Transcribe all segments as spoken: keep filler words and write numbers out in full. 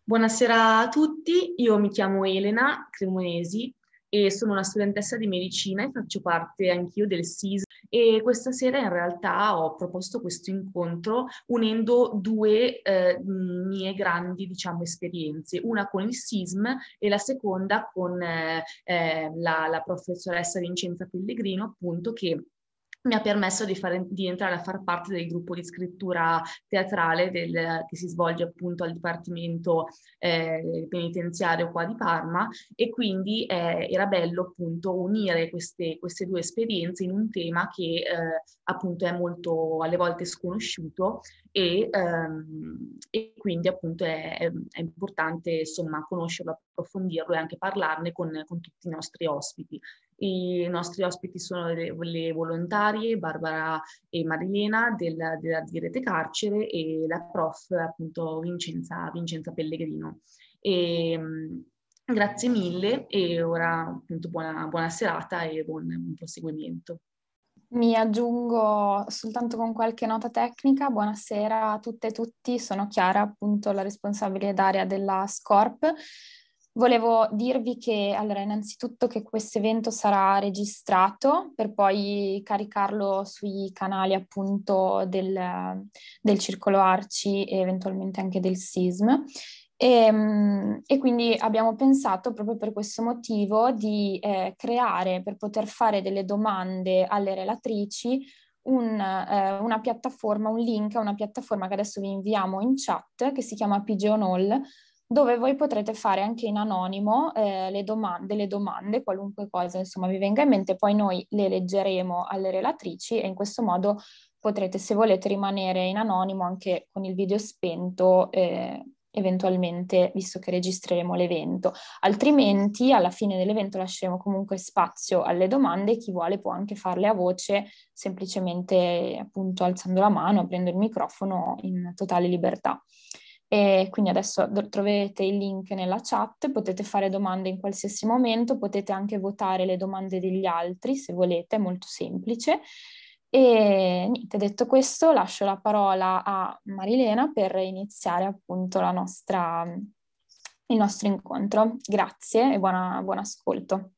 Buonasera a tutti, io mi chiamo Elena Cremonesi e sono una studentessa di medicina e faccio parte anch'io del S I S e questa sera in realtà ho proposto questo incontro unendo due eh, mie grandi, diciamo, esperienze, una con il SISM e la seconda con eh, eh, la, la professoressa Vincenza Pellegrino, appunto, che mi ha permesso di, fare, di entrare a far parte del gruppo di scrittura teatrale del, che si svolge appunto al Dipartimento eh, penitenziario qua di Parma e quindi eh, era bello appunto unire queste, queste due esperienze in un tema che eh, appunto è molto alle volte sconosciuto e, ehm, e quindi appunto è, è, è importante insomma conoscerlo, approfondirlo e anche parlarne con, con tutti i nostri ospiti. I nostri ospiti sono le, le volontarie Barbara e Marilena della, della di Rete Carcere e la prof appunto Vincenza, Vincenza Pellegrino. E, mh, grazie mille e ora appunto buona, buona serata e buon, buon proseguimento. Mi aggiungo soltanto con qualche nota tecnica. Buonasera a tutte e tutti, sono Chiara, appunto la responsabile d'area della SCORP. Volevo dirvi che, allora, innanzitutto che questo evento sarà registrato per poi caricarlo sui canali appunto del, del Circolo Arci e eventualmente anche del SISM. E, e quindi abbiamo pensato proprio per questo motivo di eh, creare, per poter fare delle domande alle relatrici, un, eh, una piattaforma, un link a una piattaforma che adesso vi inviamo in chat, che si chiama Pigeon Hall, dove voi potrete fare anche in anonimo eh, le domande, le domande, qualunque cosa insomma vi venga in mente, poi noi le leggeremo alle relatrici e in questo modo potrete, se volete, rimanere in anonimo anche con il video spento, eh, eventualmente, visto che registreremo l'evento. Altrimenti, alla fine dell'evento lasceremo comunque spazio alle domande, chi vuole può anche farle a voce, semplicemente appunto alzando la mano, aprendo il microfono in totale libertà. E quindi adesso troverete il link nella chat, potete fare domande in qualsiasi momento, potete anche votare le domande degli altri se volete, è molto semplice. E niente, detto questo, lascio la parola a Marilena per iniziare appunto la nostra, il nostro incontro. Grazie e buona, buon ascolto.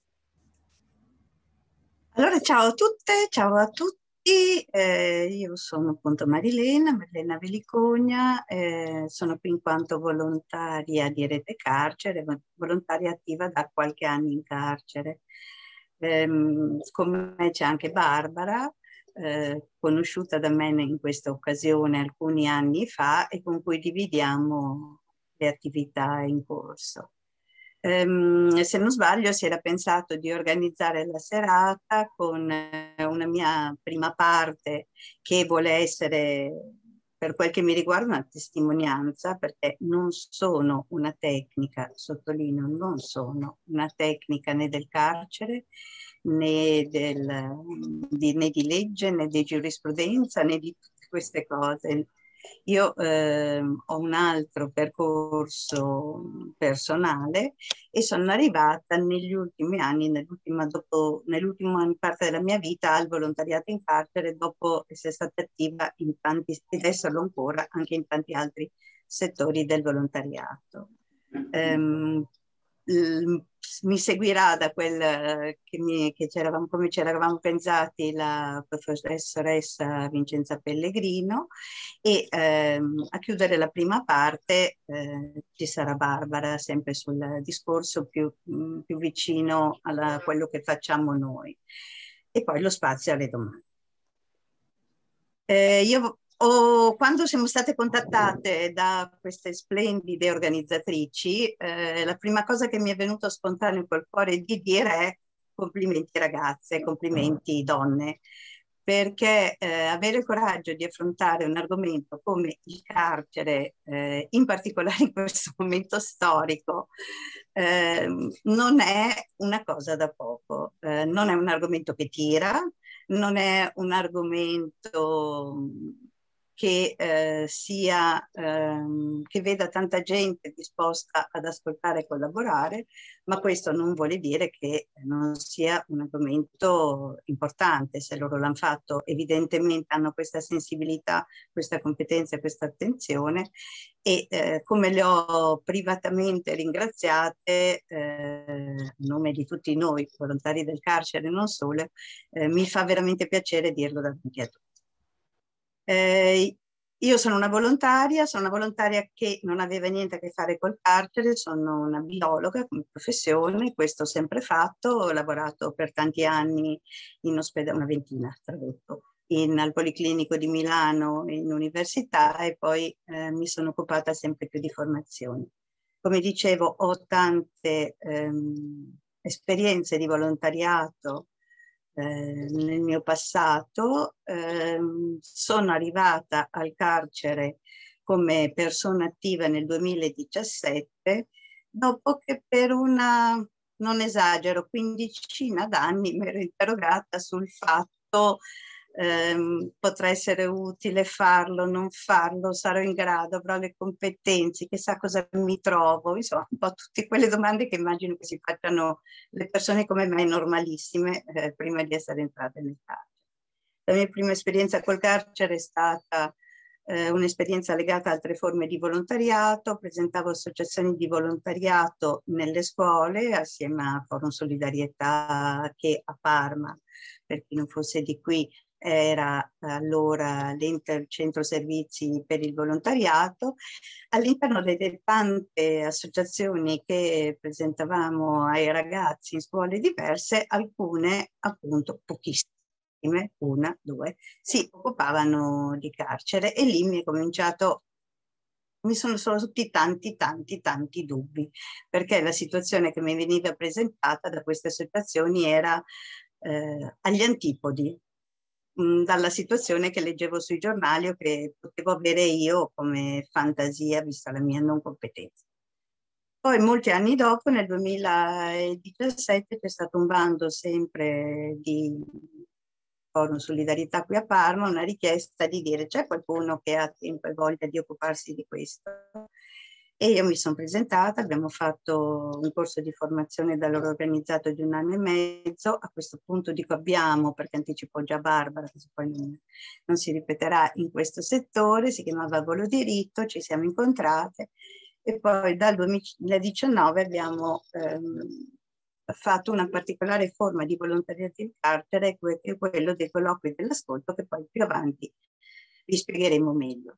Allora, ciao a tutte, ciao a tutti. Eh, io sono appunto Marilena, Marilena Velicogna, eh, sono qui in quanto volontaria di Rete Carcere, volontaria attiva da qualche anno in carcere. Eh, con me c'è anche Barbara, eh, conosciuta da me in questa occasione alcuni anni fa e con cui dividiamo le attività in corso. Um, se non sbaglio si era pensato di organizzare la serata con eh, una mia prima parte che vuole essere, per quel che mi riguarda, una testimonianza, perché non sono una tecnica, sottolineo, non sono una tecnica né del carcere, né, del, di, né di legge, né di giurisprudenza, né di tutte queste cose. Io eh, ho un altro percorso personale e sono arrivata negli ultimi anni, nell'ultima dopo, nell'ultima parte della mia vita, al volontariato in carcere dopo essere stata attiva in tanti, ed esserlo ancora, anche in tanti altri settori del volontariato. Um, mi seguirà da quel che, mi, che c'eravamo, come ci eravamo pensati, la professoressa Vincenza Pellegrino e ehm, a chiudere la prima parte eh, ci sarà Barbara, sempre sul discorso più, mh, più vicino a quello che facciamo noi e poi lo spazio alle domande. Eh, io Oh, quando siamo state contattate da queste splendide organizzatrici, eh, la prima cosa che mi è venuto spontaneo col cuore di dire è complimenti ragazze, complimenti donne, perché eh, avere il coraggio di affrontare un argomento come il carcere, eh, in particolare in questo momento storico, eh, non è una cosa da poco, eh, non è un argomento che tira, non è un argomento che eh, sia ehm, che veda tanta gente disposta ad ascoltare e collaborare, ma questo non vuole dire che non sia un argomento importante. Se loro l'hanno fatto, evidentemente hanno questa sensibilità, questa competenza e questa attenzione, e eh, come le ho privatamente ringraziate eh, a nome di tutti noi volontari del carcere e non solo, eh, mi fa veramente piacere dirlo davanti a tutti. Eh, io sono una volontaria, sono una volontaria che non aveva niente a che fare col carcere, sono una biologa come professione, questo ho sempre fatto, ho lavorato per tanti anni in ospedale, una ventina tradotto, in, al Policlinico di Milano, in università, e poi eh, mi sono occupata sempre più di formazione. Come dicevo, ho tante ehm, esperienze di volontariato Eh, nel mio passato. Eh, sono arrivata al carcere come persona attiva nel duemiladiciassette, dopo che per una, non esagero, quindicina d'anni mi ero interrogata sul fatto ehm, potrà essere utile farlo, non farlo, sarò in grado, avrò le competenze, chissà cosa mi trovo, insomma un po' tutte quelle domande che immagino che si facciano le persone come me normalissime eh, prima di essere entrate nel carcere. La mia prima esperienza col carcere è stata eh, un'esperienza legata a altre forme di volontariato. Presentavo associazioni di volontariato nelle scuole assieme a Forum Solidarietà, che a Parma, per chi non fosse di qui, era allora l'Intercentro Servizi per il Volontariato. All'interno delle tante associazioni che presentavamo ai ragazzi in scuole diverse, alcune, appunto pochissime, una, due, si occupavano di carcere, e lì mi è cominciato, mi sono sorti tanti, tanti, tanti dubbi, perché la situazione che mi veniva presentata da queste associazioni era eh, agli antipodi dalla situazione che leggevo sui giornali o che potevo avere io come fantasia, vista la mia non competenza. Poi molti anni dopo, nel duemiladiciassette, c'è stato un bando sempre di Forum Solidarietà qui a Parma, una richiesta di dire c'è qualcuno che ha tempo e voglia di occuparsi di questo. E io mi sono presentata, abbiamo fatto un corso di formazione da loro organizzato di un anno e mezzo. A questo punto dico abbiamo, perché anticipo già Barbara, che poi non, non si ripeterà in questo settore, si chiamava Volo Diritto, ci siamo incontrate, e poi dal duemiladiciannove abbiamo ehm, fatto una particolare forma di volontariato in carcere, che è quello dei colloqui dell'ascolto, che poi più avanti vi spiegheremo meglio.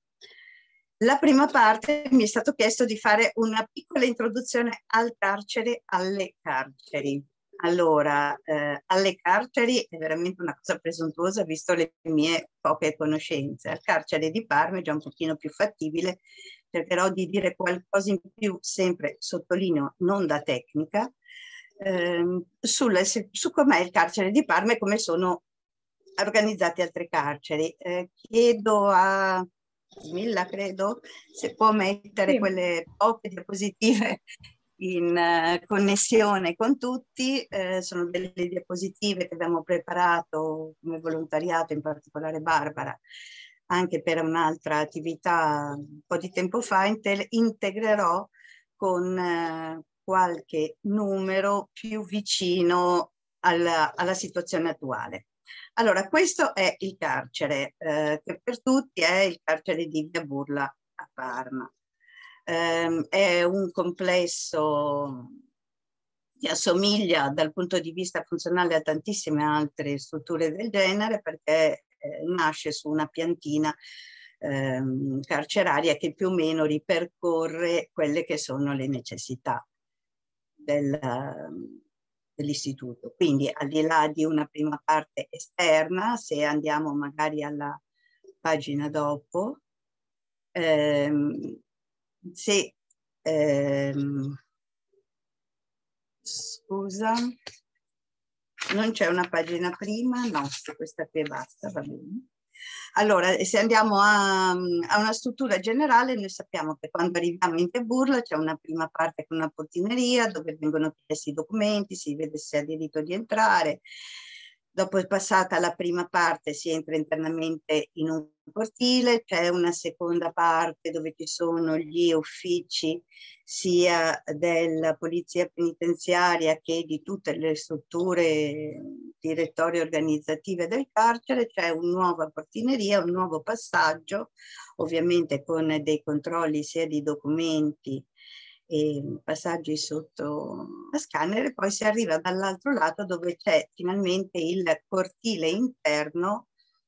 La prima parte mi è stato chiesto di fare una piccola introduzione al carcere, alle carceri. Allora, eh, alle carceri è veramente una cosa presuntuosa, visto le mie poche conoscenze. Al carcere di Parma è già un pochino più fattibile, cercherò di dire qualcosa in più, sempre sottolineo, non da tecnica, ehm, sul, su com'è il carcere di Parma e come sono organizzati altre carceri. Eh, chiedo a Milla, credo, se può mettere sì. quelle poche diapositive in uh, connessione con tutti. Eh, sono delle diapositive che abbiamo preparato come volontariato, in particolare Barbara, anche per un'altra attività un po' di tempo fa. Integrerò con uh, qualche numero più vicino alla, alla situazione attuale. Allora, questo è il carcere, eh, che per tutti è il carcere di Via Burla a Parma. Eh, è un complesso che assomiglia dal punto di vista funzionale a tantissime altre strutture del genere, perché eh, nasce su una piantina eh, carceraria che più o meno ripercorre quelle che sono le necessità del dell'istituto. Quindi al di là di una prima parte esterna, se andiamo magari alla pagina dopo, ehm, se ehm, scusa, non c'è una pagina prima, no, questa qui basta, va bene. Allora, se andiamo a, a una struttura generale, noi sappiamo che quando arriviamo in Via Burla c'è una prima parte con una portineria dove vengono chiesti i documenti, si vede se ha diritto di entrare. Dopo passata la prima parte si entra internamente in un cortile, c'è una seconda parte dove ci sono gli uffici sia della polizia penitenziaria che di tutte le strutture direttorie organizzative del carcere, c'è una nuova portineria, un nuovo passaggio, ovviamente con dei controlli sia di documenti e passaggi sotto a scanner, e poi si arriva dall'altro lato dove c'è finalmente il cortile interno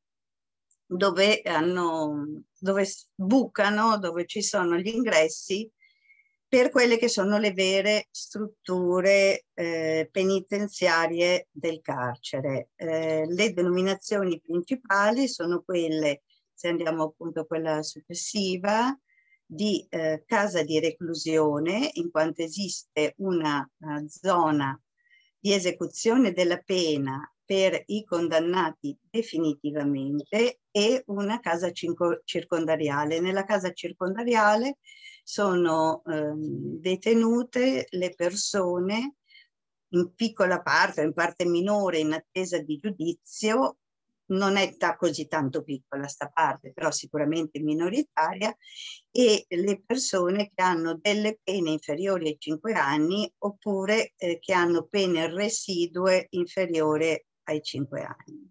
dove, hanno, dove bucano, dove ci sono gli ingressi per quelle che sono le vere strutture eh, penitenziarie del carcere. Eh, le denominazioni principali sono quelle, se andiamo appunto a quella successiva, di eh, casa di reclusione, in quanto esiste una uh, zona di esecuzione della pena per i condannati definitivamente, e una casa circondariale. Nella casa circondariale sono ehm, detenute le persone in piccola parte o in parte minore in attesa di giudizio. Non è da così tanto piccola sta parte, però sicuramente minoritaria, e le persone che hanno delle pene inferiori ai cinque anni oppure eh, che hanno pene residue inferiori ai cinque anni.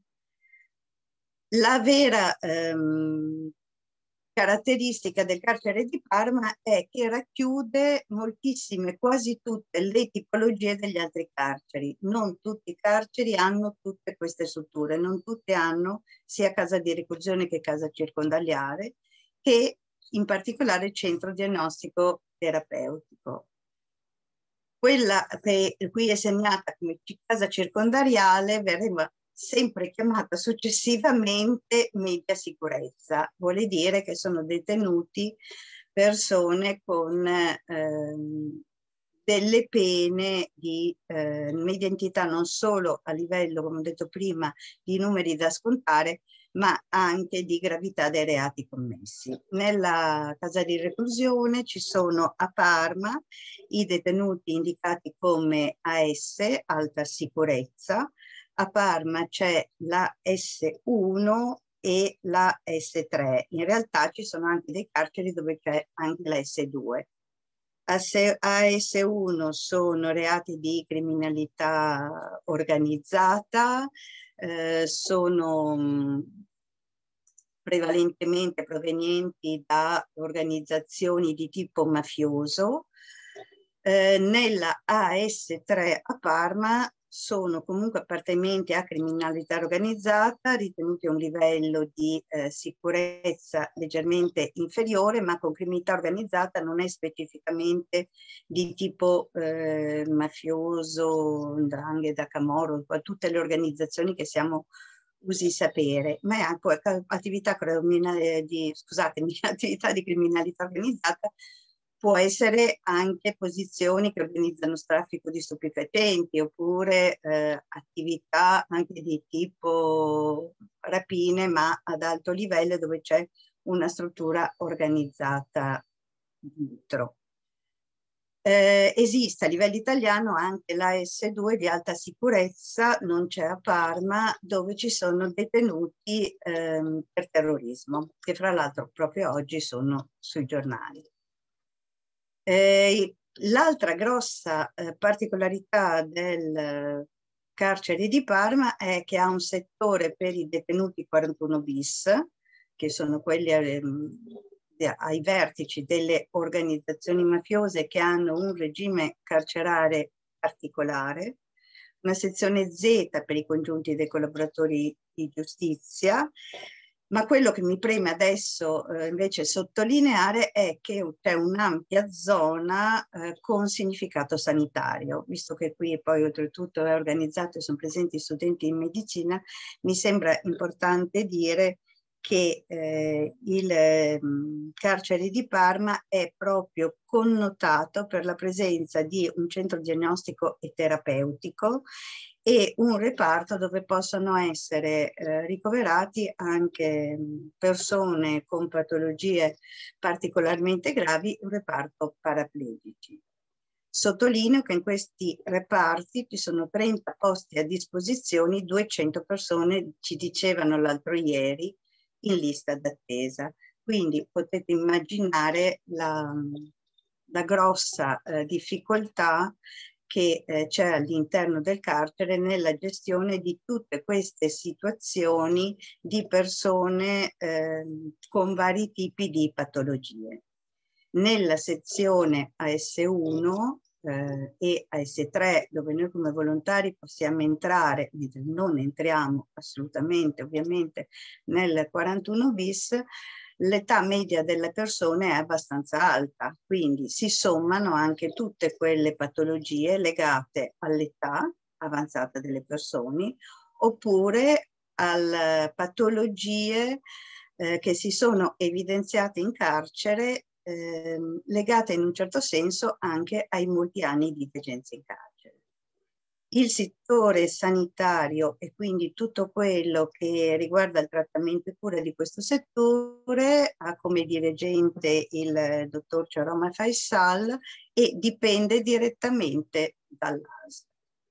La vera ehm, caratteristica del carcere di Parma è che racchiude moltissime, quasi tutte le tipologie degli altri carceri. Non tutti i carceri hanno tutte queste strutture, non tutte hanno sia casa di reclusione che casa circondariale, che in particolare centro diagnostico terapeutico. Quella che qui è segnata come casa circondariale verrà sempre chiamata successivamente media sicurezza. Vuole dire che sono detenuti persone con ehm, delle pene di eh, media entità, non solo a livello, come ho detto prima, di numeri da scontare, ma anche di gravità dei reati commessi. Nella casa di reclusione ci sono a Parma i detenuti indicati come A S, alta sicurezza. A Parma c'è la S uno e la S tre. In realtà ci sono anche dei carceri dove c'è anche la S due. A S uno sono reati di criminalità organizzata, eh, sono mh, prevalentemente provenienti da organizzazioni di tipo mafioso. Eh, nella A S tre a Parma sono comunque appartenenti a criminalità organizzata, ritenuti a un livello di eh, sicurezza leggermente inferiore, ma con criminalità organizzata non è specificamente di tipo eh, mafioso, 'ndrangheta, Camorra, tutte le organizzazioni che siamo usi sapere, ma è anche attività di, scusatemi, attività di criminalità organizzata. Può essere anche posizioni che organizzano traffico di stupefacenti, oppure eh, attività anche di tipo rapine, ma ad alto livello dove c'è una struttura organizzata dietro. Eh, esiste a livello italiano anche l'A S due di alta sicurezza, non c'è a Parma, dove ci sono detenuti ehm, per terrorismo, che fra l'altro proprio oggi sono sui giornali. Eh, l'altra grossa eh, particolarità del eh, carcere di Parma è che ha un settore per i detenuti quarantuno bis, che sono quelli eh, ai vertici delle organizzazioni mafiose che hanno un regime carcerario particolare, una sezione Z per i congiunti dei collaboratori di giustizia. Ma quello che mi preme adesso eh, invece sottolineare è che c'è un'ampia zona eh, con significato sanitario, visto che qui poi oltretutto è organizzato e sono presenti studenti in medicina. Mi sembra importante dire che eh, il eh, carcere di Parma è proprio connotato per la presenza di un centro diagnostico e terapeutico e un reparto dove possono essere eh, ricoverati anche persone con patologie particolarmente gravi, un reparto paraplegici. Sottolineo che in questi reparti ci sono trenta posti a disposizione, duecento persone, ci dicevano l'altro ieri, in lista d'attesa. Quindi potete immaginare la, la grossa eh, difficoltà che eh, c'è all'interno del carcere nella gestione di tutte queste situazioni di persone eh, con vari tipi di patologie. Nella sezione A S uno eh, e A S tre, dove noi come volontari possiamo entrare, non entriamo assolutamente ovviamente nel quarantuno bis, l'età media delle persone è abbastanza alta, quindi si sommano anche tutte quelle patologie legate all'età avanzata delle persone oppure alle patologie eh, che si sono evidenziate in carcere eh, legate in un certo senso anche ai molti anni di degenza in carcere. Il settore sanitario e quindi tutto quello che riguarda il trattamento e cura di questo settore ha come dirigente il dottor Charoma Faisal e dipende direttamente dall'A S L.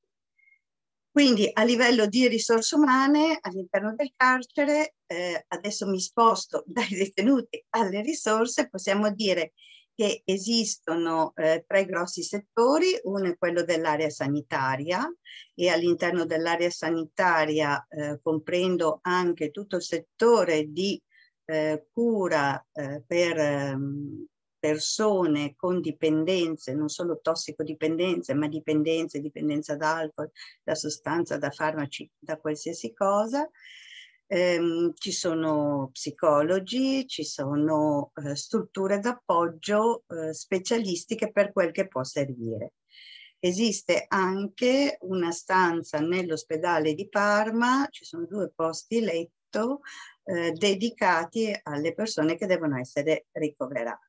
Quindi a livello di risorse umane all'interno del carcere, eh, adesso mi sposto dai detenuti alle risorse, possiamo dire che esistono eh, tre grossi settori, uno è quello dell'area sanitaria e all'interno dell'area sanitaria eh, comprendo anche tutto il settore di eh, cura eh, per ehm, persone con dipendenze, non solo tossicodipendenze, ma dipendenze, dipendenza da alcol, da sostanza, da farmaci, da qualsiasi cosa. Ehm, ci sono psicologi, ci sono eh, strutture d'appoggio eh, specialistiche per quel che può servire. Esiste anche una stanza nell'ospedale di Parma, ci sono due posti letto eh, dedicati alle persone che devono essere ricoverate.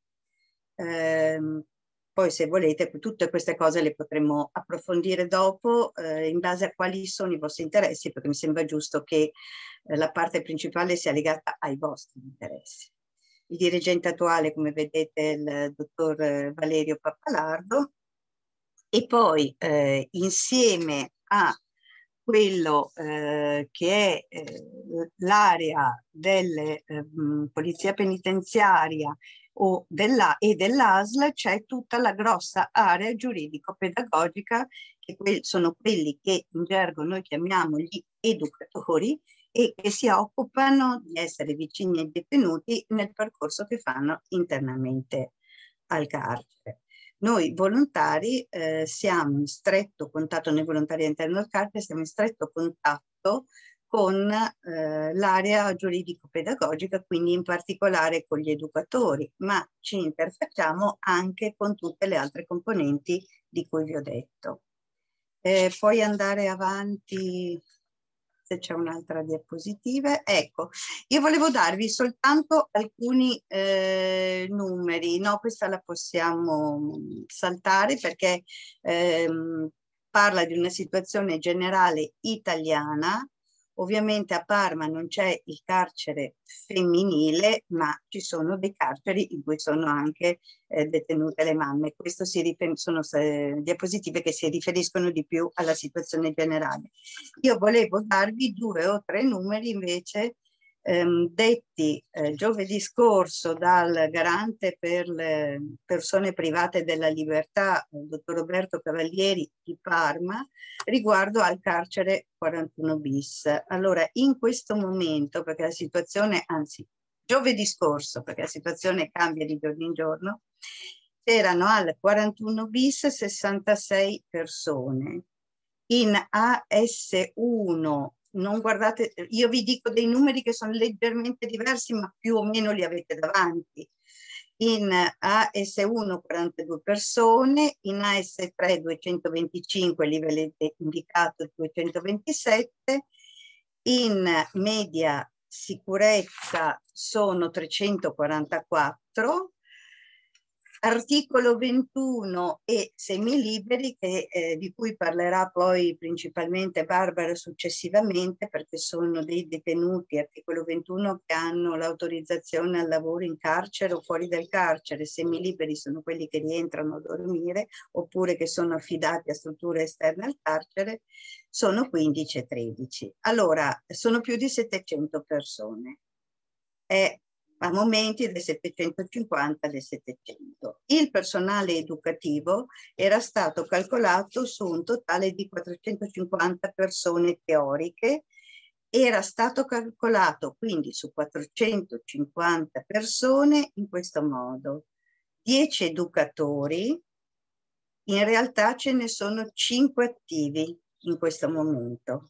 Eh, poi se volete tutte queste cose le potremo approfondire dopo eh, in base a quali sono i vostri interessi, perché mi sembra giusto che eh, la parte principale sia legata ai vostri interessi. Il dirigente attuale, come vedete, è il dottor Valerio Pappalardo, e poi eh, insieme a quello eh, che è eh, l'area della eh, polizia penitenziaria o della, e dell'A S L c'è tutta la grossa area giuridico-pedagogica, che que sono quelli che in gergo noi chiamiamo gli educatori e che si occupano di essere vicini ai detenuti nel percorso che fanno internamente al carcere. Noi volontari eh, siamo in stretto contatto, noi volontari all'interno del carcere siamo in stretto contatto con eh, l'area giuridico-pedagogica, quindi in particolare con gli educatori, ma ci interfacciamo anche con tutte le altre componenti di cui vi ho detto. Eh, puoi andare avanti se c'è un'altra diapositiva. Ecco, io volevo darvi soltanto alcuni eh, numeri, no, questa la possiamo saltare perché ehm, parla di una situazione generale italiana. Ovviamente a Parma non c'è il carcere femminile, ma ci sono dei carceri in cui sono anche eh, detenute le mamme. Questo si sono eh, diapositive che si riferiscono di più alla situazione generale. Io volevo darvi due o tre numeri invece ehm, detti eh, giovedì scorso dal garante per le persone private della libertà, il dottor Roberto Cavalieri di Parma, riguardo al carcere quarantuno bis. Allora, in questo momento, perché la situazione, anzi, giovedì scorso, perché la situazione cambia di giorno in giorno, c'erano al quarantuno bis sessantasei persone. In A S uno, non guardate, io vi dico dei numeri che sono leggermente diversi, ma più o meno li avete davanti. In A S uno quarantadue persone, in A S tre duecentoventicinque, lì ve l'avete indicato duecentoventisette, in media sicurezza sono trecentoquarantaquattro, Articolo ventuno e semiliberi, che, eh, di cui parlerà poi principalmente Barbara successivamente, perché sono dei detenuti, articolo ventuno, che hanno l'autorizzazione al lavoro in carcere o fuori dal carcere. Semiliberi sono quelli che rientrano a dormire oppure che sono affidati a strutture esterne al carcere, sono quindici e tredici. Allora, sono più di settecento persone. È a momenti dai settecentocinquanta alle settecento. Il personale educativo era stato calcolato su un totale di quattrocentocinquanta persone teoriche, era stato calcolato quindi su quattrocentocinquanta persone in questo modo. dieci educatori, in realtà ce ne sono cinque attivi in questo momento.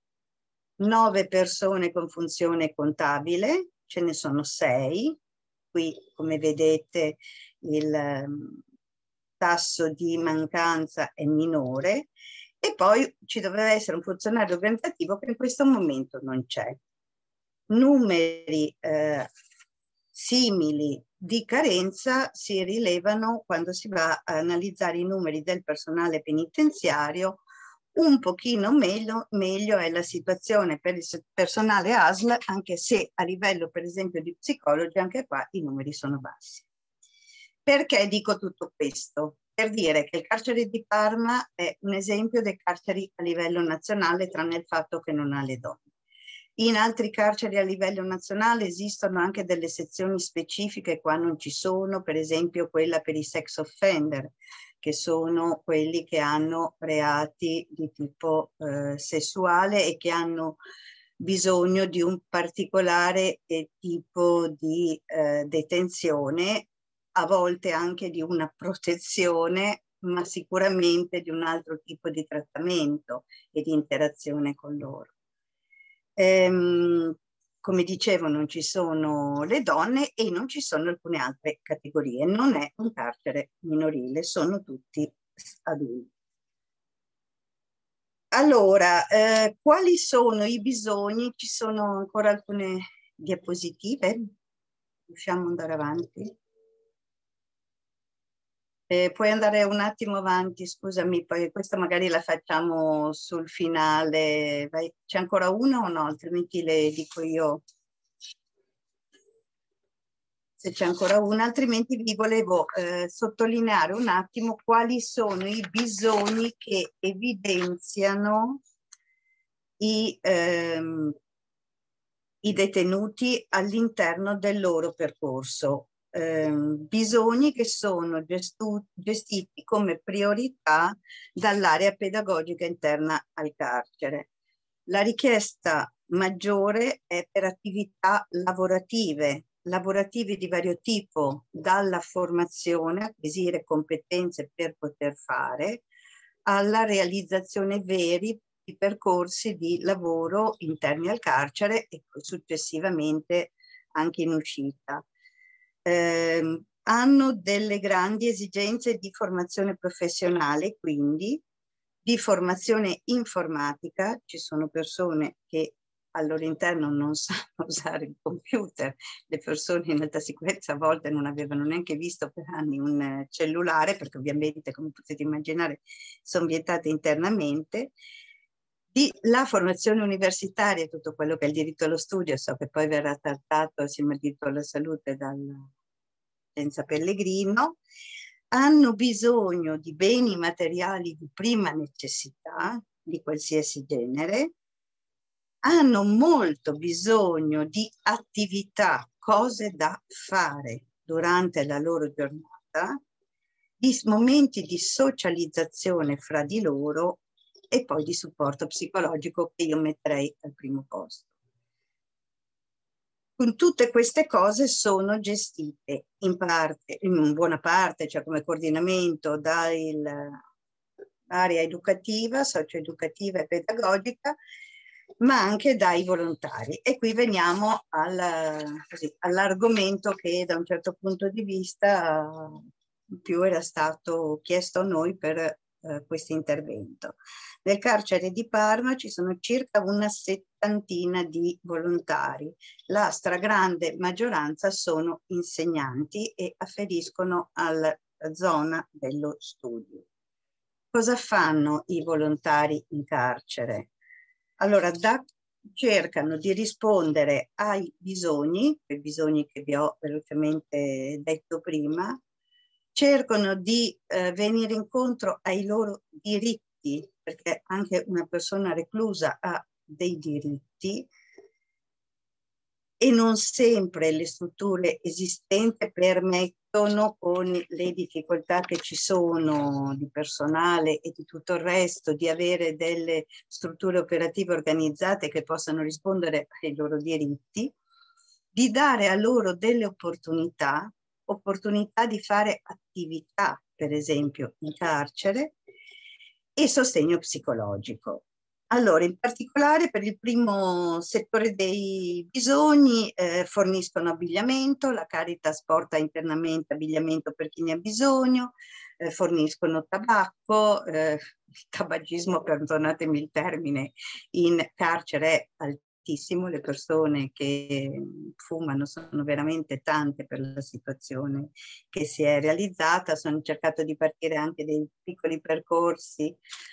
nove persone con funzione contabile, ce ne sono sei. Qui, come vedete, il um, tasso di mancanza è minore. E poi ci doveva essere un funzionario organizzativo che in questo momento non c'è. Numeri eh, simili di carenza si rilevano quando si va a analizzare i numeri del personale penitenziario. Un pochino meglio, meglio è la situazione per il personale A S L, anche se a livello per esempio di psicologi anche qua i numeri sono bassi. Perché dico tutto questo? Per dire che il carcere di Parma è un esempio dei carceri a livello nazionale, tranne il fatto che non ha le donne. In altri carceri a livello nazionale esistono anche delle sezioni specifiche, qua non ci sono, per esempio quella per i sex offender, che sono quelli che hanno reati di tipo eh, sessuale e che hanno bisogno di un particolare eh, tipo di eh, detenzione, a volte anche di una protezione, ma sicuramente di un altro tipo di trattamento e di interazione con loro. Ehm, come dicevo, non ci sono le donne e non ci sono alcune altre categorie. Non è un carcere minorile, sono tutti adulti. Allora, eh, quali sono i bisogni? Ci sono ancora alcune diapositive? Riusciamo ad andare avanti? Eh, puoi andare un attimo avanti, scusami, poi questa magari la facciamo sul finale. C'è ancora una o no? Altrimenti le dico io se c'è ancora una, altrimenti vi volevo eh, sottolineare un attimo quali sono i bisogni che evidenziano i, ehm, i detenuti all'interno del loro percorso. Eh, bisogni che sono gestu- gestiti come priorità dall'area pedagogica interna al carcere. La richiesta maggiore è per attività lavorative, lavorative di vario tipo, dalla formazione, acquisire competenze per poter fare, alla realizzazione veri di percorsi di lavoro interni al carcere e poi successivamente anche in uscita. Eh, hanno delle grandi esigenze di formazione professionale, quindi di formazione informatica. Ci sono persone che al loro interno non sanno usare il computer, le persone in alta sicurezza a volte non avevano neanche visto per anni un cellulare, perché ovviamente, come potete immaginare, sono vietate internamente. Di la formazione universitaria, tutto quello che è il diritto allo studio, so che poi verrà trattato assieme al diritto alla salute dall'Agenzia Pellegrino. Hanno bisogno di beni materiali di prima necessità, di qualsiasi genere, hanno molto bisogno di attività, cose da fare durante la loro giornata, di momenti di socializzazione fra di loro e poi di supporto psicologico che io metterei al primo posto. Con tutte queste cose sono gestite in parte, in buona parte, cioè come coordinamento dall'area educativa, socio-educativa e pedagogica, ma anche dai volontari. E qui veniamo all'argomento che da un certo punto di vista più era stato chiesto a noi per eh, questo intervento. Nel carcere di Parma ci sono circa una settantina di volontari. La stragrande maggioranza sono insegnanti e afferiscono alla zona dello studio. Cosa fanno i volontari in carcere? Allora, da, cercano di rispondere ai bisogni, i bisogni che vi ho velocemente detto prima, cercano di eh, venire incontro ai loro diritti, perché anche una persona reclusa ha dei diritti, e non sempre le strutture esistenti permettono, con le difficoltà che ci sono di personale e di tutto il resto, di avere delle strutture operative organizzate che possano rispondere ai loro diritti, di dare a loro delle opportunità, opportunità di fare attività, per esempio in carcere, e sostegno psicologico. Allora, in particolare per il primo settore dei bisogni eh, forniscono abbigliamento, la Caritas porta internamente abbigliamento per chi ne ha bisogno, eh, forniscono tabacco, eh, il tabagismo, perdonatemi il termine, in carcere è altissimo, le persone che fumano sono veramente tante per la situazione che si è realizzata. Sono cercato di partire anche dei piccoli percorsi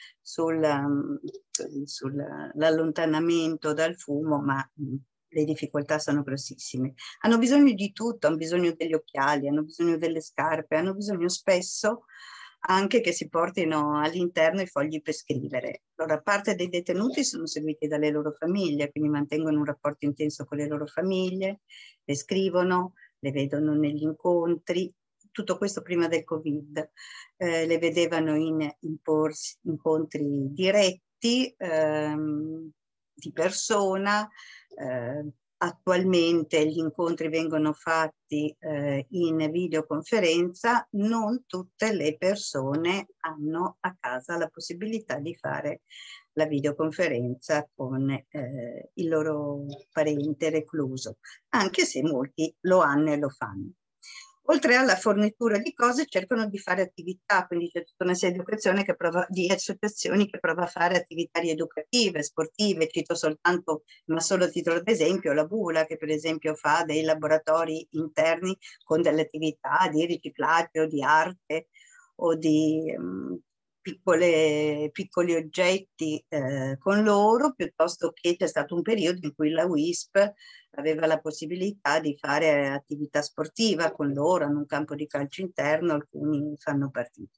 sull'allontanamento dal fumo, ma mh, le difficoltà sono grossissime. Hanno bisogno di tutto, hanno bisogno degli occhiali, hanno bisogno delle scarpe, hanno bisogno spesso anche che si portino all'interno i fogli per scrivere. Allora, parte dei detenuti sono seguiti dalle loro famiglie, quindi mantengono un rapporto intenso con le loro famiglie, le scrivono, le vedono negli incontri. Tutto questo prima del Covid, eh, le vedevano in imporsi, incontri diretti ehm, di persona. Eh, attualmente gli incontri vengono fatti eh, in videoconferenza. Non tutte le persone hanno a casa la possibilità di fare la videoconferenza con eh, il loro parente recluso, anche se molti lo hanno e lo fanno. Oltre alla fornitura di cose cercano di fare attività, quindi c'è tutta una serie di, educazione che prova, di associazioni che prova a fare attività rieducative, sportive. Cito soltanto, ma solo a titolo d'esempio, la Bula, che per esempio fa dei laboratori interni con delle attività di riciclaggio, di arte o di um, piccole, piccoli oggetti eh, con loro, piuttosto che c'è stato un periodo in cui la W I S P aveva la possibilità di fare attività sportiva con loro in un campo di calcio interno. Alcuni fanno partite.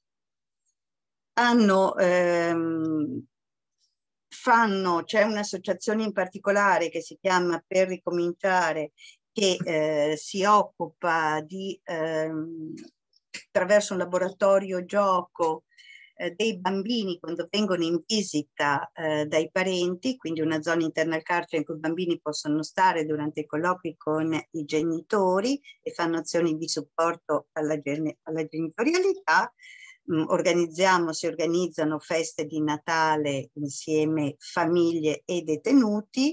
Hanno, ehm, fanno, c'è un'associazione in particolare che si chiama Per Ricominciare, che eh, si occupa di, ehm, attraverso un laboratorio gioco, dei bambini quando vengono in visita eh, dai parenti, quindi una zona interna al carcere in cui i bambini possono stare durante i colloqui con i genitori e fanno azioni di supporto alla, gen alla genitorialità. Mm, organizziamo, si organizzano feste di Natale insieme famiglie e detenuti.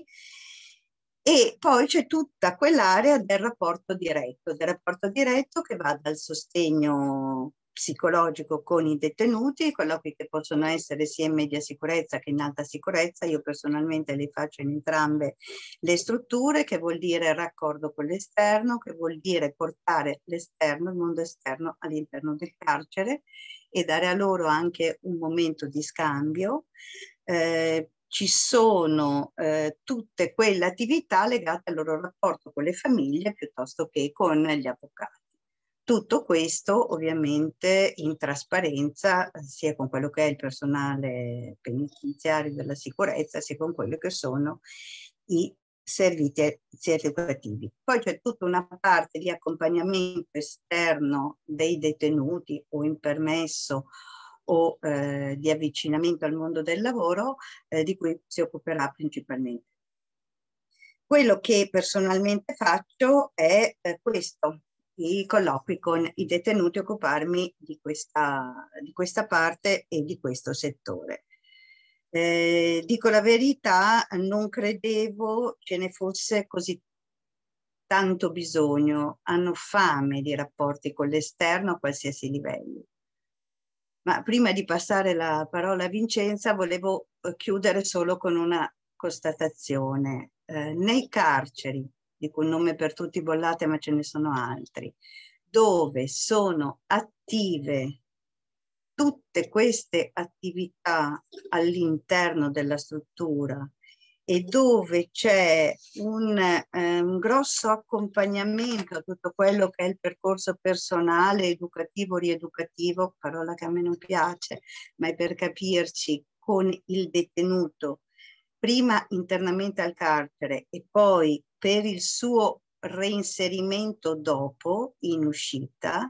E poi c'è tutta quell'area del rapporto diretto, del rapporto diretto che va dal sostegno psicologico con i detenuti, colloqui che possono essere sia in media sicurezza che in alta sicurezza. Io personalmente li faccio in entrambe le strutture, che vuol dire raccordo con l'esterno, che vuol dire portare l'esterno, il mondo esterno all'interno del carcere e dare a loro anche un momento di scambio. Eh, ci sono eh, tutte quelle attività legate al loro rapporto con le famiglie piuttosto che con gli avvocati. Tutto questo ovviamente in trasparenza sia con quello che è il personale penitenziario della sicurezza sia con quello che sono i servizi educativi. Poi c'è tutta una parte di accompagnamento esterno dei detenuti o in permesso o eh, di avvicinamento al mondo del lavoro eh, di cui si occuperà principalmente. Quello che personalmente faccio è eh, questo, i colloqui con i detenuti, occuparmi di questa, di questa parte e di questo settore. Eh, dico la verità, non credevo ce ne fosse così tanto bisogno. Hanno fame di rapporti con l'esterno a qualsiasi livello. Ma prima di passare la parola a Vincenza, volevo chiudere solo con una constatazione. Eh, nei carceri, dico un nome per tutti bollate, ma ce ne sono altri, dove sono attive tutte queste attività all'interno della struttura e dove c'è un, eh, un grosso accompagnamento a tutto quello che è il percorso personale, educativo, rieducativo, parola che a me non piace, ma è per capirci, con il detenuto, prima internamente al carcere e poi per il suo reinserimento dopo in uscita,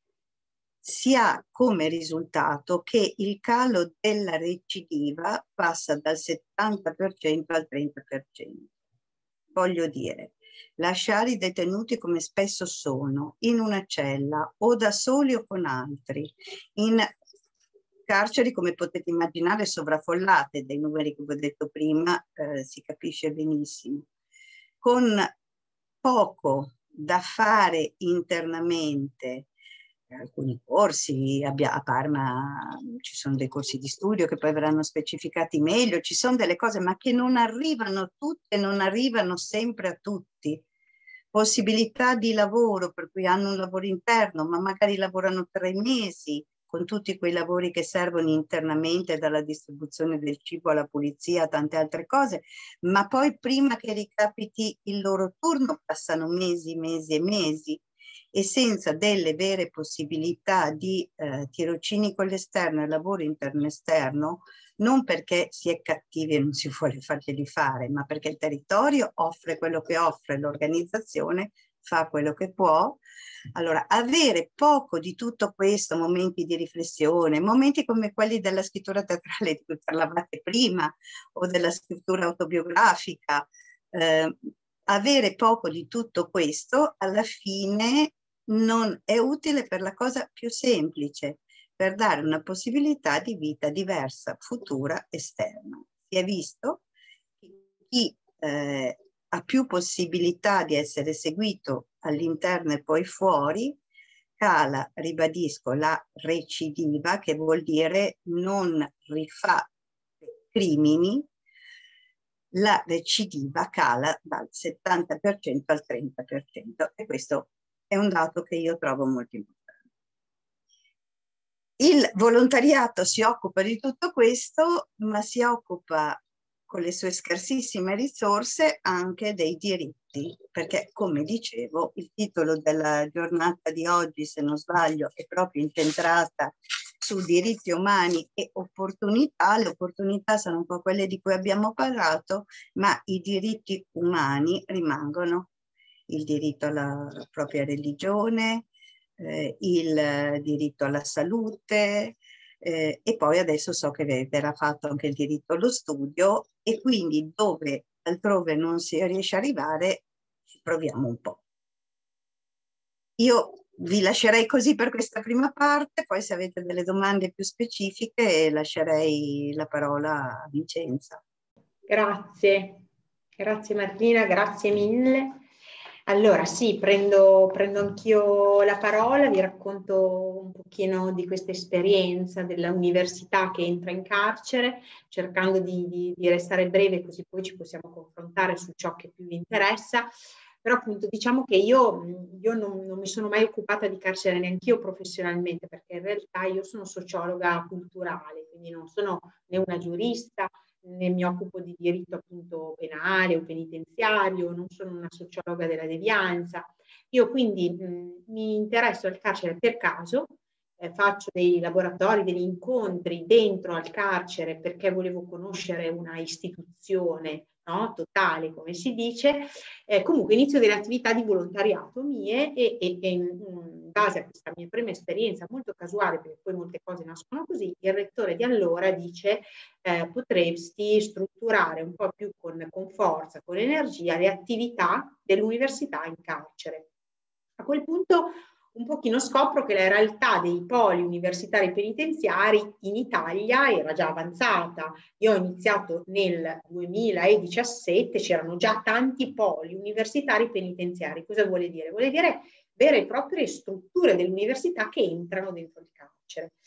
si ha come risultato che il calo della recidiva passa dal settanta per cento al trenta per cento. Voglio dire, lasciare i detenuti come spesso sono, in una cella o da soli o con altri, in carceri come potete immaginare sovraffollate, dei numeri che vi ho detto prima, eh, si capisce benissimo, con poco da fare internamente. Alcuni corsi, a Parma ci sono dei corsi di studio che poi verranno specificati meglio, ci sono delle cose ma che non arrivano tutte, non arrivano sempre a tutti. Possibilità di lavoro per cui hanno un lavoro interno, ma magari lavorano tre mesi con tutti quei lavori che servono internamente, dalla distribuzione del cibo alla pulizia a tante altre cose, ma poi prima che ricapiti il loro turno passano mesi, mesi e mesi, e senza delle vere possibilità di eh, tirocini con l'esterno e lavoro interno-esterno, non perché si è cattivi e non si vuole farglieli fare, ma perché il territorio offre quello che offre, l'organizzazione fa quello che può. Allora, avere poco di tutto questo, momenti di riflessione, momenti come quelli della scrittura teatrale di cui parlavate prima, o della scrittura autobiografica, eh, avere poco di tutto questo alla fine non è utile per la cosa più semplice, per dare una possibilità di vita diversa, futura, esterna. Si è visto che chi eh, ha più possibilità di essere seguito all'interno e poi fuori, cala, ribadisco, la recidiva, che vuol dire non rifà crimini, la recidiva cala dal settanta per cento al trenta per cento e questo è un dato che io trovo molto importante. Il volontariato si occupa di tutto questo, ma si occupa con le sue scarsissime risorse anche dei diritti, perché come dicevo il titolo della giornata di oggi, se non sbaglio, è proprio incentrata su diritti umani e opportunità. Le opportunità sono un po' quelle di cui abbiamo parlato, ma i diritti umani rimangono il diritto alla propria religione, eh, il diritto alla salute, eh, e poi adesso so che verrà fatto anche il diritto allo studio, e quindi dove altrove non si riesce a arrivare ci proviamo un po'. Io vi lascerei così per questa prima parte, poi se avete delle domande più specifiche lascerei la parola a Vincenza. Grazie, grazie Martina, grazie mille. Allora sì, prendo, prendo anch'io la parola, vi racconto un pochino di questa esperienza dell'università che entra in carcere, cercando di, di, di restare breve, così poi ci possiamo confrontare su ciò che più vi interessa. Però appunto diciamo che io, io non, non mi sono mai occupata di carcere neanch'io professionalmente, perché in realtà io sono sociologa culturale, quindi non sono né una giurista, né mi occupo di diritto appunto penale o penitenziario, non sono una sociologa della devianza. Io quindi mh, mi interesso al carcere per caso, eh, faccio dei laboratori, degli incontri dentro al carcere perché volevo conoscere una istituzione, no, totale, come si dice. Eh, comunque inizio delle attività di volontariato mie e, e, e in base a questa mia prima esperienza molto casuale, perché poi molte cose nascono così, il rettore di allora dice eh, potresti strutturare un po' più con, con forza, con energia le attività dell'università in carcere. A quel punto un pochino scopro che la realtà dei poli universitari penitenziari in Italia era già avanzata. Io ho iniziato nel duemiladiciassette, c'erano già tanti poli universitari penitenziari. Cosa vuole dire? Vuole dire vere e proprie strutture dell'università che entrano dentro il carcere.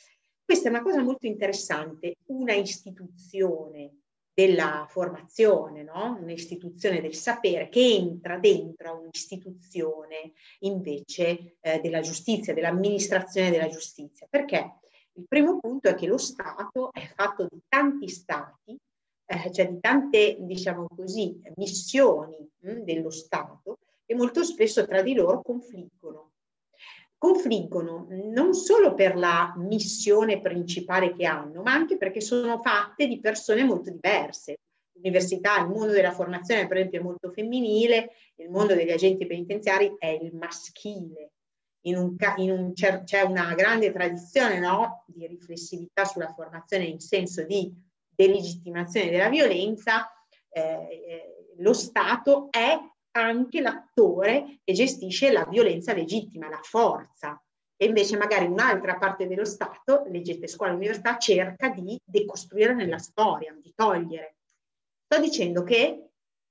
questa è una cosa molto interessante, una istituzione della formazione, no? Un'istituzione del sapere che entra dentro a un'istituzione invece eh, della giustizia, dell'amministrazione della giustizia. Perché? Il primo punto è che lo Stato è fatto di tanti stati, eh, cioè di tante, diciamo così, missioni mh, dello Stato, che molto spesso tra di loro confliggono. Confliggono non solo per la missione principale che hanno, ma anche perché sono fatte di persone molto diverse. L'università, il mondo della formazione, per esempio, è molto femminile, il mondo degli agenti penitenziari è il maschile. In un, in un, c'è una grande tradizione, no, di riflessività sulla formazione in senso di delegittimazione della violenza. Eh, lo Stato è anche l'attore che gestisce la violenza legittima, la forza, e invece magari un'altra parte dello Stato, leggete scuola e università, cerca di decostruire nella storia, di togliere. Sto dicendo che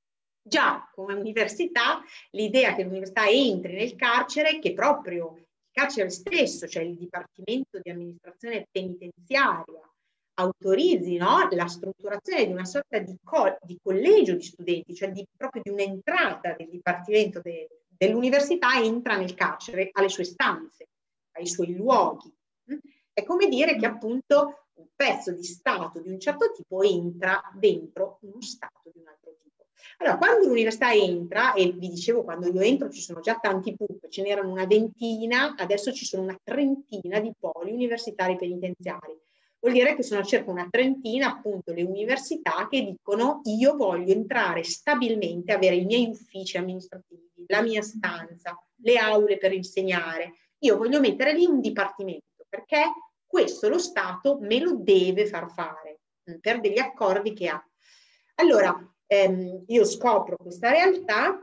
già come università l'idea che l'università entri nel carcere, che proprio il carcere stesso, cioè il Dipartimento di Amministrazione Penitenziaria, autorizzi, no, la strutturazione di una sorta di, co di collegio di studenti, cioè di, proprio di un'entrata del Dipartimento de dell'università, entra nel carcere, alle sue stanze, ai suoi luoghi. È come dire che appunto un pezzo di Stato di un certo tipo entra dentro uno Stato di un altro tipo. Allora, quando l'università entra, e vi dicevo, quando io entro ci sono già tanti P U P, ce n'erano una ventina, adesso ci sono una trentina di poli universitari penitenziari. Vuol dire che sono circa una trentina appunto le università che dicono: io voglio entrare stabilmente, avere i miei uffici amministrativi, la mia stanza, le aule per insegnare. Io voglio mettere lì un dipartimento, perché questo lo Stato me lo deve far fare per degli accordi che ha. Allora, ehm, io scopro questa realtà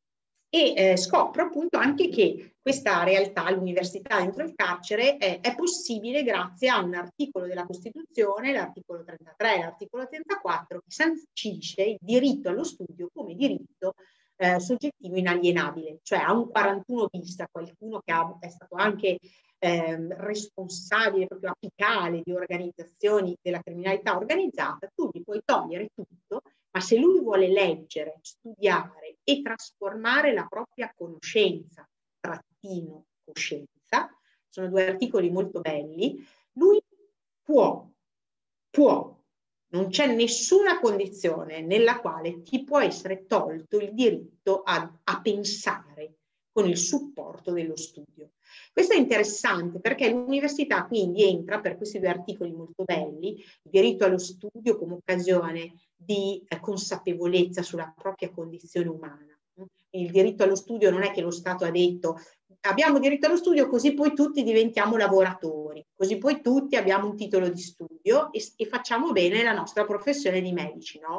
e eh, scopro appunto anche che questa realtà, l'università dentro il carcere, è, è possibile grazie a un articolo della Costituzione, l'articolo trentatré e l'articolo trentaquattro, che sancisce il diritto allo studio come diritto eh, soggettivo inalienabile, cioè a un quarantuno bis, qualcuno che ha, è stato anche eh, responsabile, proprio apicale di organizzazioni della criminalità organizzata, tu gli puoi togliere tutto, ma se lui vuole leggere, studiare e trasformare la propria conoscenza, trattino coscienza, sono due articoli molto belli, lui può, può, non c'è nessuna condizione nella quale ti può essere tolto il diritto a, a pensare con il supporto dello studio. Questo è interessante perché l'università quindi entra, per questi due articoli molto belli, il diritto allo studio come occasione di eh, consapevolezza sulla propria condizione umana. Il diritto allo studio non è che lo Stato ha detto abbiamo diritto allo studio così poi tutti diventiamo lavoratori, così poi tutti abbiamo un titolo di studio e, e facciamo bene la nostra professione di medici, no?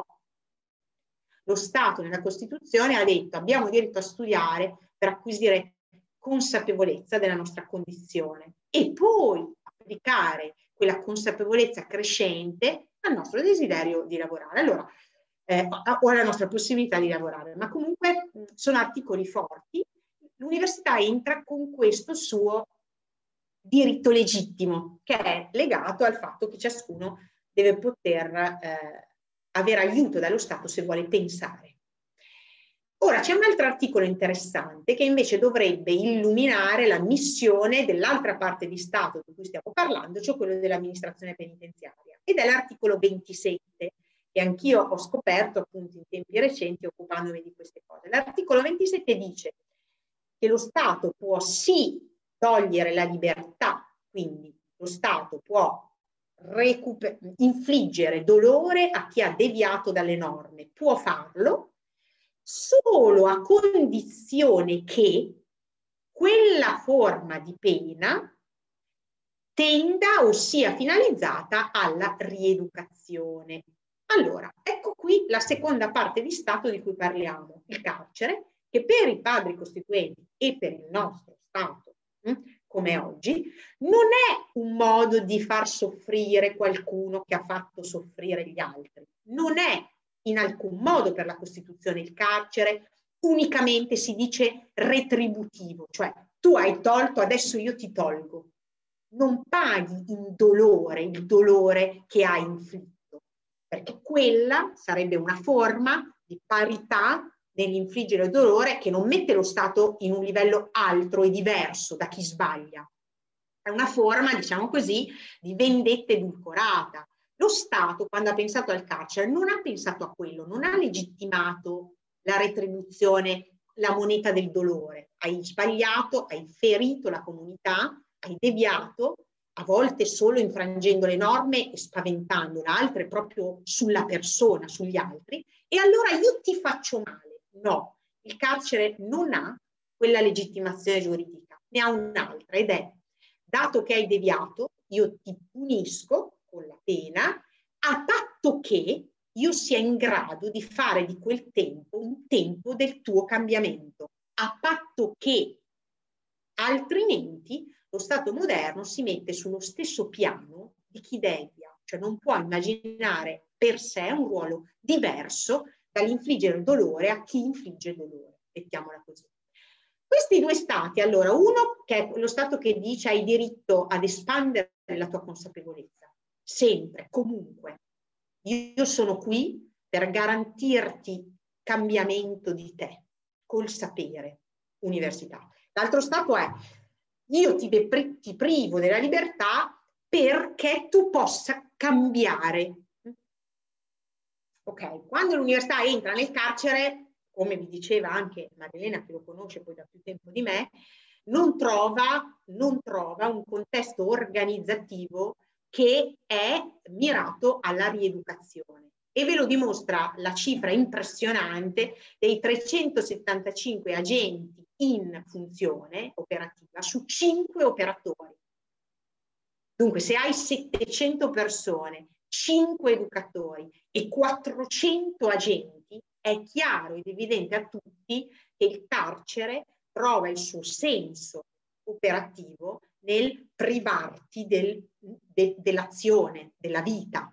Lo Stato nella Costituzione ha detto abbiamo diritto a studiare per acquisire consapevolezza della nostra condizione e poi applicare quella consapevolezza crescente al nostro desiderio di lavorare. Allora, eh, o alla nostra possibilità di lavorare, ma comunque mh, sono articoli forti. L'università entra con questo suo diritto legittimo, che è legato al fatto che ciascuno deve poter eh, avere aiuto dallo Stato se vuole pensare. Ora c'è un altro articolo interessante che invece dovrebbe illuminare la missione dell'altra parte di Stato di cui stiamo parlando, cioè quello dell'amministrazione penitenziaria, ed è l'articolo ventisette, che anch'io ho scoperto appunto in tempi recenti occupandomi di queste cose. L'articolo ventisette dice che lo Stato può sì togliere la libertà, quindi lo Stato può infliggere dolore a chi ha deviato dalle norme, può farlo solo a condizione che quella forma di pena tenda o sia finalizzata alla rieducazione. Allora, ecco qui la seconda parte di Stato di cui parliamo, il carcere, che per i padri costituenti e per il nostro Stato, hm, come oggi, non è un modo di far soffrire qualcuno che ha fatto soffrire gli altri. Non è in alcun modo per la Costituzione il carcere unicamente si dice retributivo, cioè tu hai tolto, adesso io ti tolgo. non paghi in dolore il dolore che hai inflitto, perché quella sarebbe una forma di parità nell'infliggere dolore che non mette lo Stato in un livello altro e diverso da chi sbaglia. È una forma, diciamo così, di vendetta edulcorata. Lo Stato, quando ha pensato al carcere, non ha pensato a quello, non ha legittimato la retribuzione, la moneta del dolore. Hai sbagliato, hai ferito la comunità, hai deviato, a volte solo infrangendo le norme e spaventandola, altre proprio sulla persona, sugli altri, e allora io ti faccio male. No, il carcere non ha quella legittimazione giuridica, ne ha un'altra, ed è: dato che hai deviato, io ti punisco con la pena, a patto che io sia in grado di fare di quel tempo un tempo del tuo cambiamento, a patto che altrimenti lo Stato moderno si mette sullo stesso piano di chi devia, cioè non può immaginare per sé un ruolo diverso dall'infliggere il dolore a chi infligge il dolore, mettiamola così. Questi due stati, allora, uno che è lo stato che dice hai diritto ad espandere la tua consapevolezza, sempre, comunque. Io sono qui per garantirti cambiamento di te, col sapere, università. L'altro stato è io ti, ti privo della libertà perché tu possa cambiare. Ok, quando l'università entra nel carcere, come vi diceva anche Marilena, che lo conosce poi da più tempo di me, non trova, non trova un contesto organizzativo che è mirato alla rieducazione. E ve lo dimostra la cifra impressionante dei trecentosettantacinque agenti in funzione operativa su cinque operatori. Dunque, se hai settecento persone, cinque educatori e quattrocento agenti, è chiaro ed evidente a tutti che il carcere trova il suo senso operativo nel privarti del, de, dell'azione, della vita,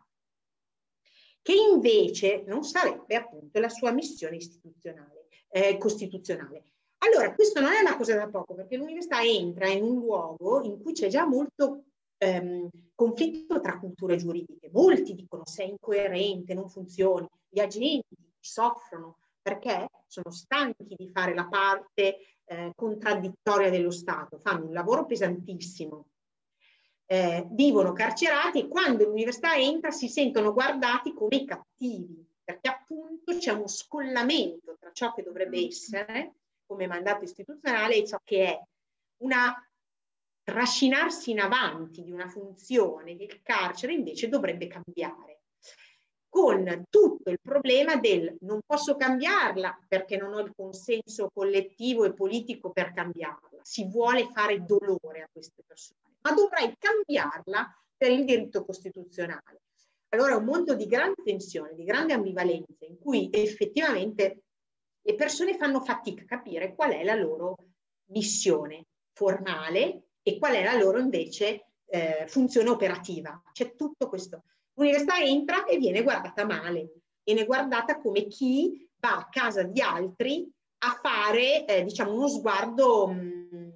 che invece non sarebbe appunto la sua missione istituzionale, eh, costituzionale. Allora, questo non è una cosa da poco, perché l'università entra in un luogo in cui c'è già molto ehm, conflitto tra culture giuridiche. Molti dicono sei incoerente, non funzioni, gli agenti soffrono perché sono stanchi di fare la parte eh, contraddittoria dello Stato, fanno un lavoro pesantissimo. Eh, vivono carcerati e quando l'università entra si sentono guardati come i cattivi, perché appunto c'è uno scollamento tra ciò che dovrebbe essere come mandato istituzionale e ciò che è una trascinarsi in avanti di una funzione che il carcere invece dovrebbe cambiare, con tutto il problema del non posso cambiarla perché non ho il consenso collettivo e politico per cambiarla, si vuole fare dolore a queste persone, ma dovrai cambiarla per il diritto costituzionale. Allora è un mondo di grande tensione, di grande ambivalenza, in cui effettivamente le persone fanno fatica a capire qual è la loro missione formale e qual è la loro invece eh, funzione operativa. C'è tutto questo. L'università entra e viene guardata male, viene guardata come chi va a casa di altri a fare, eh, diciamo, uno sguardo mh,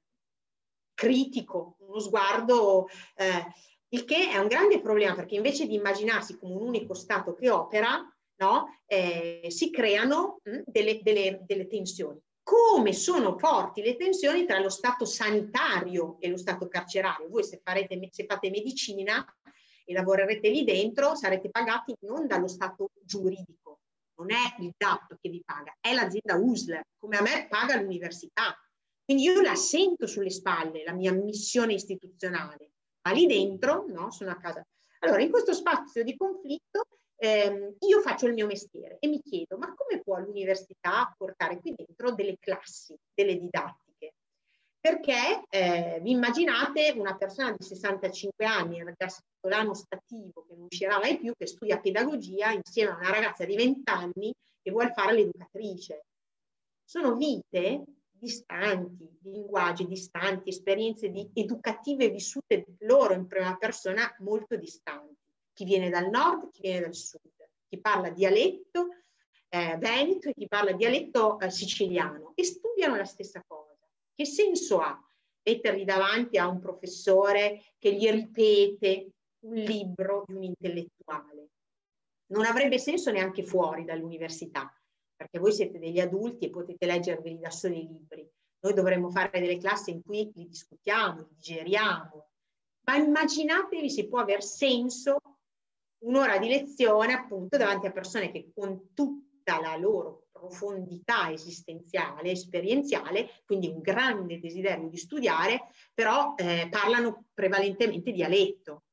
critico, uno sguardo, eh, il che è un grande problema, perché invece di immaginarsi come un unico Stato che opera, no, eh, si creano mh, delle, delle, delle tensioni. Come sono forti le tensioni tra lo Stato sanitario e lo Stato carcerario. Voi se, farete, se fate medicina e lavorerete lì dentro, sarete pagati non dallo Stato giuridico, non è il D A P che vi paga, è l'azienda U S L, come a me paga l'università. Quindi io la sento sulle spalle, la mia missione istituzionale, ma lì dentro, no, sono a casa. Allora, in questo spazio di conflitto ehm, io faccio il mio mestiere e mi chiedo, ma come può l'università portare qui dentro delle classi, delle didattiche? Perché eh, vi immaginate una persona di sessantacinque anni, ergastolano stativo, che non uscirà mai più, che studia pedagogia insieme a una ragazza di venti anni che vuole fare l'educatrice. Sono vite distanti, linguaggi distanti, esperienze di, educative vissute loro in prima persona molto distanti. Chi viene dal nord, chi viene dal sud, chi parla dialetto eh, veneto e chi parla dialetto eh, siciliano e studiano la stessa cosa. Che senso ha metterli davanti a un professore che gli ripete un libro di un intellettuale. Non avrebbe senso neanche fuori dall'università, perché voi siete degli adulti e potete leggerveli da soli i libri. Noi dovremmo fare delle classi in cui li discutiamo, li digeriamo. Ma immaginatevi se può aver senso un'ora di lezione appunto davanti a persone che con tutta la loro profondità esistenziale, esperienziale, quindi un grande desiderio di studiare, però eh, parlano prevalentemente dialetto.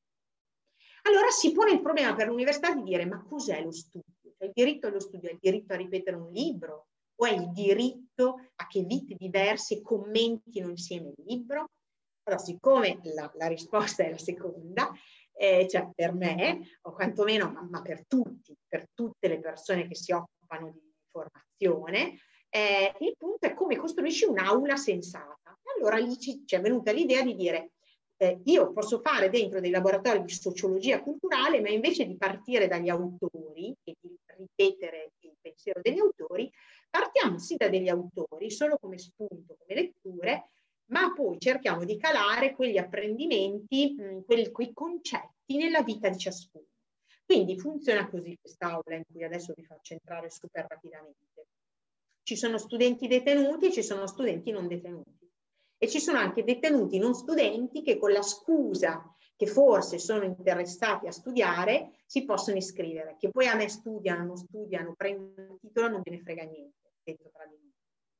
Allora si pone il problema per l'università di dire: ma cos'è lo studio? Cioè, il diritto allo studio è il diritto a ripetere un libro o è il diritto a che vite diverse commentino insieme il libro? Allora, siccome la, la risposta è la seconda, eh, cioè per me, o quantomeno, ma, ma per tutti, per tutte le persone che si occupano di formazione, eh, il punto è come costruisci un'aula sensata. Allora lì ci, ci è venuta l'idea di dire: Eh, io posso fare dentro dei laboratori di sociologia culturale, ma invece di partire dagli autori e di ripetere il pensiero degli autori, partiamo sì da degli autori, solo come spunto, come letture, ma poi cerchiamo di calare quegli apprendimenti, mh, quel, quei concetti nella vita di ciascuno. Quindi funziona così quest'aula in cui adesso vi faccio entrare super rapidamente. Ci sono studenti detenuti e ci sono studenti non detenuti. E ci sono anche detenuti non studenti che con la scusa che forse sono interessati a studiare si possono iscrivere, che poi a me studiano, non studiano, prendono il titolo, non me ne frega niente, detto tra di noi,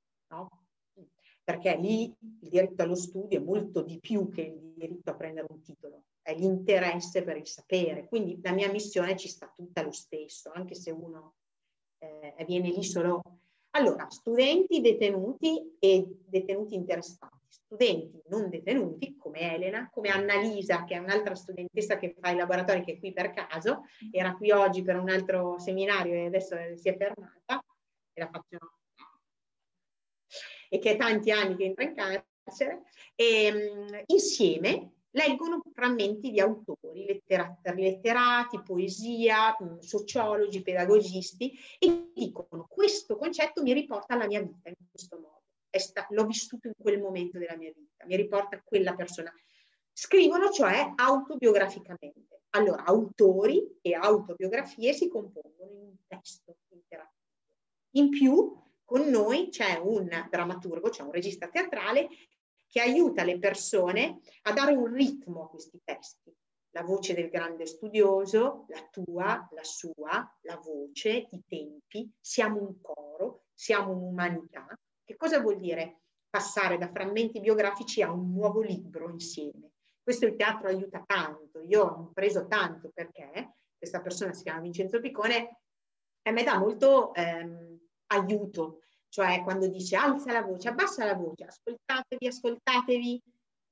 no? Perché lì il diritto allo studio è molto di più che il diritto a prendere un titolo, è l'interesse per il sapere, quindi la mia missione ci sta tutta lo stesso, anche se uno eh, viene lì solo... Allora, studenti detenuti e detenuti interessati. Studenti non detenuti come Elena, come Annalisa, che è un'altra studentessa che fa i laboratori, che è qui per caso, era qui oggi per un altro seminario e adesso si è fermata e la faccio, e che è tanti anni che entra in carcere, e um, insieme leggono frammenti di autori, letterati, letterati poesia, sociologi, pedagogisti, e dicono: questo concetto mi riporta alla mia vita in questo modo. L'ho vissuto in quel momento della mia vita, mi riporta a quella persona. Scrivono, cioè, autobiograficamente. Allora, autori e autobiografie si compongono in un testo interattivo. In più, con noi c'è un drammaturgo, c'è un regista teatrale che aiuta le persone a dare un ritmo a questi testi. La voce del grande studioso, la tua, la sua, la voce, i tempi, siamo un coro, siamo un'umanità. Che cosa vuol dire passare da frammenti biografici a un nuovo libro insieme? Questo il teatro aiuta tanto. Io ho preso tanto perché questa persona si chiama Vincenzo Piccone e a me dà molto ehm, aiuto. Cioè quando dice alza la voce, abbassa la voce, ascoltatevi, ascoltatevi,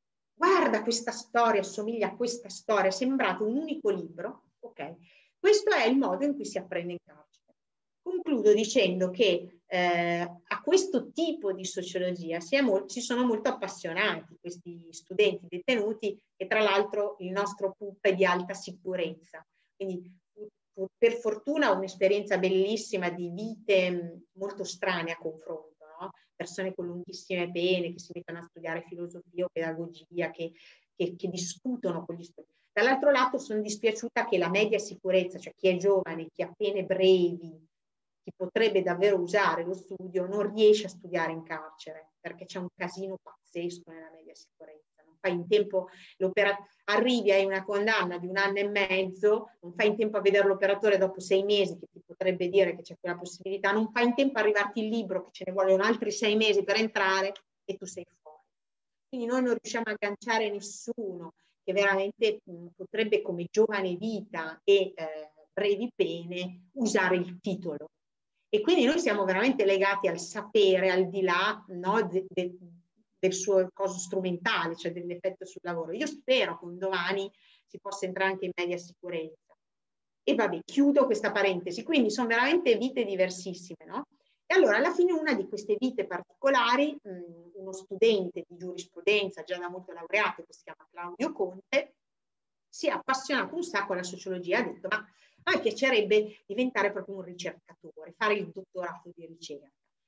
guarda questa storia, assomiglia a questa storia, è sembrato un unico libro, ok? Questo è il modo in cui si apprende in carcere. Concludo dicendo che eh, a questo tipo di sociologia si, è molto, si sono molto appassionati questi studenti detenuti, e tra l'altro il nostro P U P è di alta sicurezza, quindi per fortuna un'esperienza bellissima di vite molto strane a confronto, no? Persone con lunghissime pene che si mettono a studiare filosofia o pedagogia, che, che, che discutono con gli studenti. Dall'altro lato sono dispiaciuta che la media sicurezza, cioè chi è giovane, chi ha pene brevi, chi potrebbe davvero usare lo studio, non riesce a studiare in carcere, perché c'è un casino pazzesco nella media sicurezza. Non fai in tempo l'operatore, arrivi a una condanna di un anno e mezzo, non fai in tempo a vedere l'operatore dopo sei mesi che ti potrebbe dire che c'è quella possibilità, non fai in tempo a arrivarti il libro che ce ne vogliono altri sei mesi per entrare e tu sei fuori. Quindi noi non riusciamo a agganciare nessuno che veramente mh, potrebbe come giovane vita e eh, brevi pene usare il titolo. E quindi noi siamo veramente legati al sapere, al di là, no, de, de, del suo coso strumentale, cioè dell'effetto sul lavoro. Io spero che un domani si possa entrare anche in media sicurezza. E vabbè, chiudo questa parentesi. Quindi sono veramente vite diversissime, no? E allora alla fine una di queste vite particolari, mh, uno studente di giurisprudenza già da molto laureato, che si chiama Claudio Conte, si è appassionato un sacco alla sociologia, ha detto: ma a me piacerebbe diventare proprio un ricercatore, fare il dottorato di ricerca.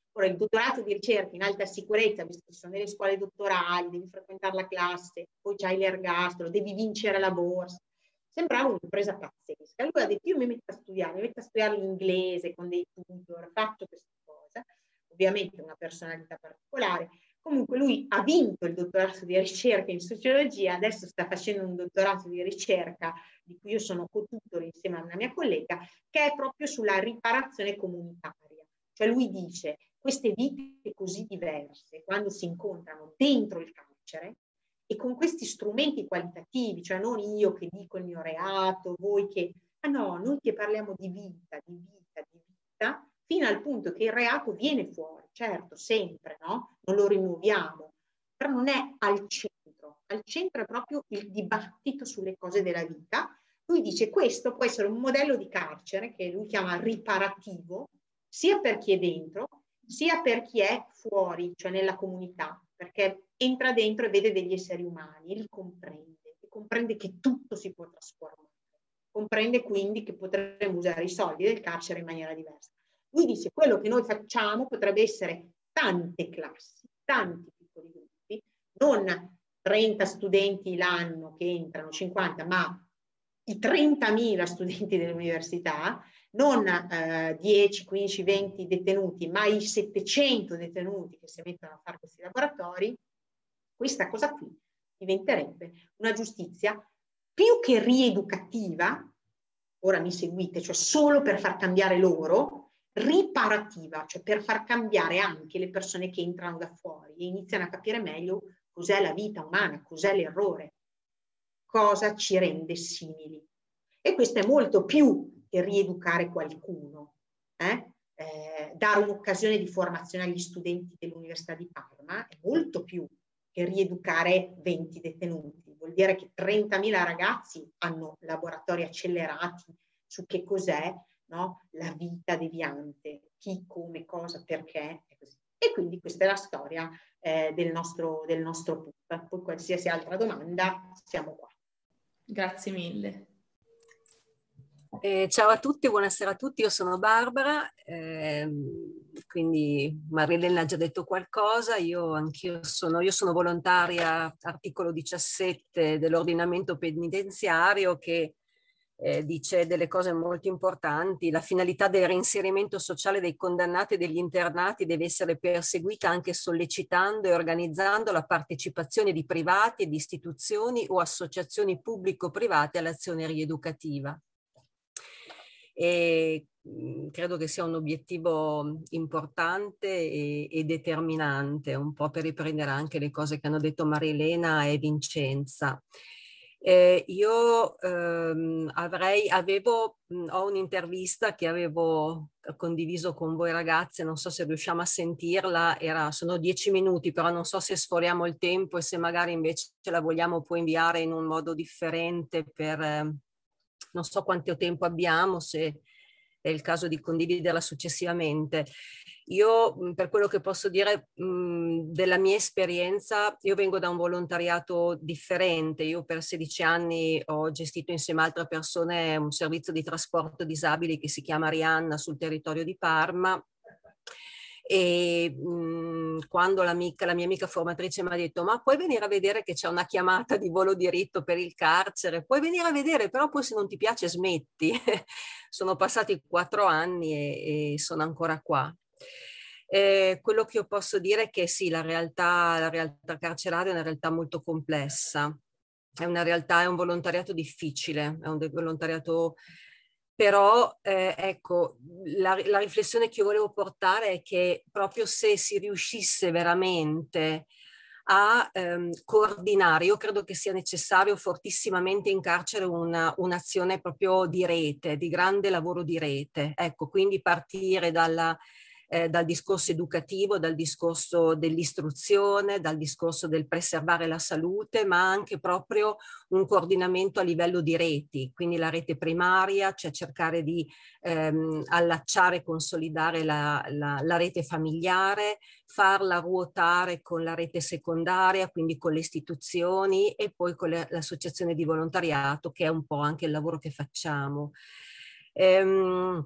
Ora, il dottorato di ricerca in alta sicurezza, visto che ci sono delle scuole dottorali, devi frequentare la classe, poi c'hai l'ergastolo, devi vincere la borsa. Sembrava un'impresa pazzesca. Lui ha detto, io mi metto a studiare, mi metto a studiare l'inglese con dei tutor, faccio questa cosa. Ovviamente una personalità particolare. Comunque lui ha vinto il dottorato di ricerca in sociologia, adesso sta facendo un dottorato di ricerca di cui io sono co-tutor insieme a una mia collega, che è proprio sulla riparazione comunitaria. Cioè lui dice, queste vite così diverse, quando si incontrano dentro il carcere, e con questi strumenti qualitativi, cioè non io che dico il mio reato, voi che... Ah no, noi che parliamo di vita, di vita, di vita, fino al punto che il reato viene fuori, certo, sempre, no? Non lo rimuoviamo, però non è al centro. Al centro è proprio il dibattito sulle cose della vita. Lui dice questo può essere un modello di carcere, che lui chiama riparativo, sia per chi è dentro, sia per chi è fuori, cioè nella comunità, perché entra dentro e vede degli esseri umani e li comprende, e comprende che tutto si può trasformare, comprende quindi che potremmo usare i soldi del carcere in maniera diversa. Lui dice quello che noi facciamo potrebbe essere tante classi, tanti piccoli gruppi, non trenta studenti l'anno che entrano, cinquanta, ma i trentamila studenti dell'università, non eh, dieci, quindici, venti detenuti, ma i settecento detenuti che si mettono a fare questi laboratori. Questa cosa qui diventerebbe una giustizia più che rieducativa, ora mi seguite, cioè solo per far cambiare loro, riparativa, cioè per far cambiare anche le persone che entrano da fuori e iniziano a capire meglio cos'è la vita umana, cos'è l'errore, cosa ci rende simili. E questo è molto più che rieducare qualcuno, eh? Eh, dare un'occasione di formazione agli studenti dell'Università di Parma è molto più che rieducare venti detenuti. Vuol dire che trentamila ragazzi hanno laboratori accelerati su che cos'è, no? La vita deviante, chi, come, cosa, perché. E, così. E quindi questa è la storia eh, del nostro, del nostro P U P. Poi qualsiasi altra domanda, siamo qua. Grazie mille. Eh, ciao a tutti, buonasera a tutti, io sono Barbara, eh, quindi Marilena ha già detto qualcosa, io anch'io sono, io sono volontaria articolo diciassette dell'ordinamento penitenziario che eh, dice delle cose molto importanti. La finalità del reinserimento sociale dei condannati e degli internati deve essere perseguita anche sollecitando e organizzando la partecipazione di privati e di istituzioni o associazioni pubblico-private all'azione rieducativa. E credo che sia un obiettivo importante e, e determinante, un po' per riprendere anche le cose che hanno detto Marilena e Vincenza. Eh, io ehm, avrei, avevo, mh, ho un'intervista che avevo condiviso con voi ragazze, non so se riusciamo a sentirla, era, sono dieci minuti, però non so se sforiamo il tempo e se magari invece la vogliamo poi inviare in un modo differente per... Eh, non so quanto tempo abbiamo, se è il caso di condividerla successivamente. Io, per quello che posso dire mh, della mia esperienza, io vengo da un volontariato differente. Io per sedici anni ho gestito insieme a altre persone un servizio di trasporto disabili che si chiama Arianna sul territorio di Parma. E mh, quando l'amica, la mia amica formatrice mi ha detto ma puoi venire a vedere che c'è una chiamata di volo diritto per il carcere, puoi venire a vedere, però poi se non ti piace smetti. Sono passati quattro anni e, e sono ancora qua. Eh, quello che io posso dire è che sì, la realtà, la realtà carceraria è una realtà molto complessa, è una realtà, è un volontariato difficile, è un volontariato... Però eh, ecco, la, la riflessione che io volevo portare è che proprio se si riuscisse veramente a ehm, coordinare, io credo che sia necessario fortissimamente in carcere una, un'azione proprio di rete, di grande lavoro di rete. Ecco, quindi partire dalla... Eh, dal discorso educativo, dal discorso dell'istruzione, dal discorso del preservare la salute, ma anche proprio un coordinamento a livello di reti, quindi la rete primaria, cioè cercare di ehm, allacciare e consolidare la, la, la rete familiare, farla ruotare con la rete secondaria, quindi con le istituzioni e poi con le, l'associazione di volontariato, che è un po' anche il lavoro che facciamo. Ehm,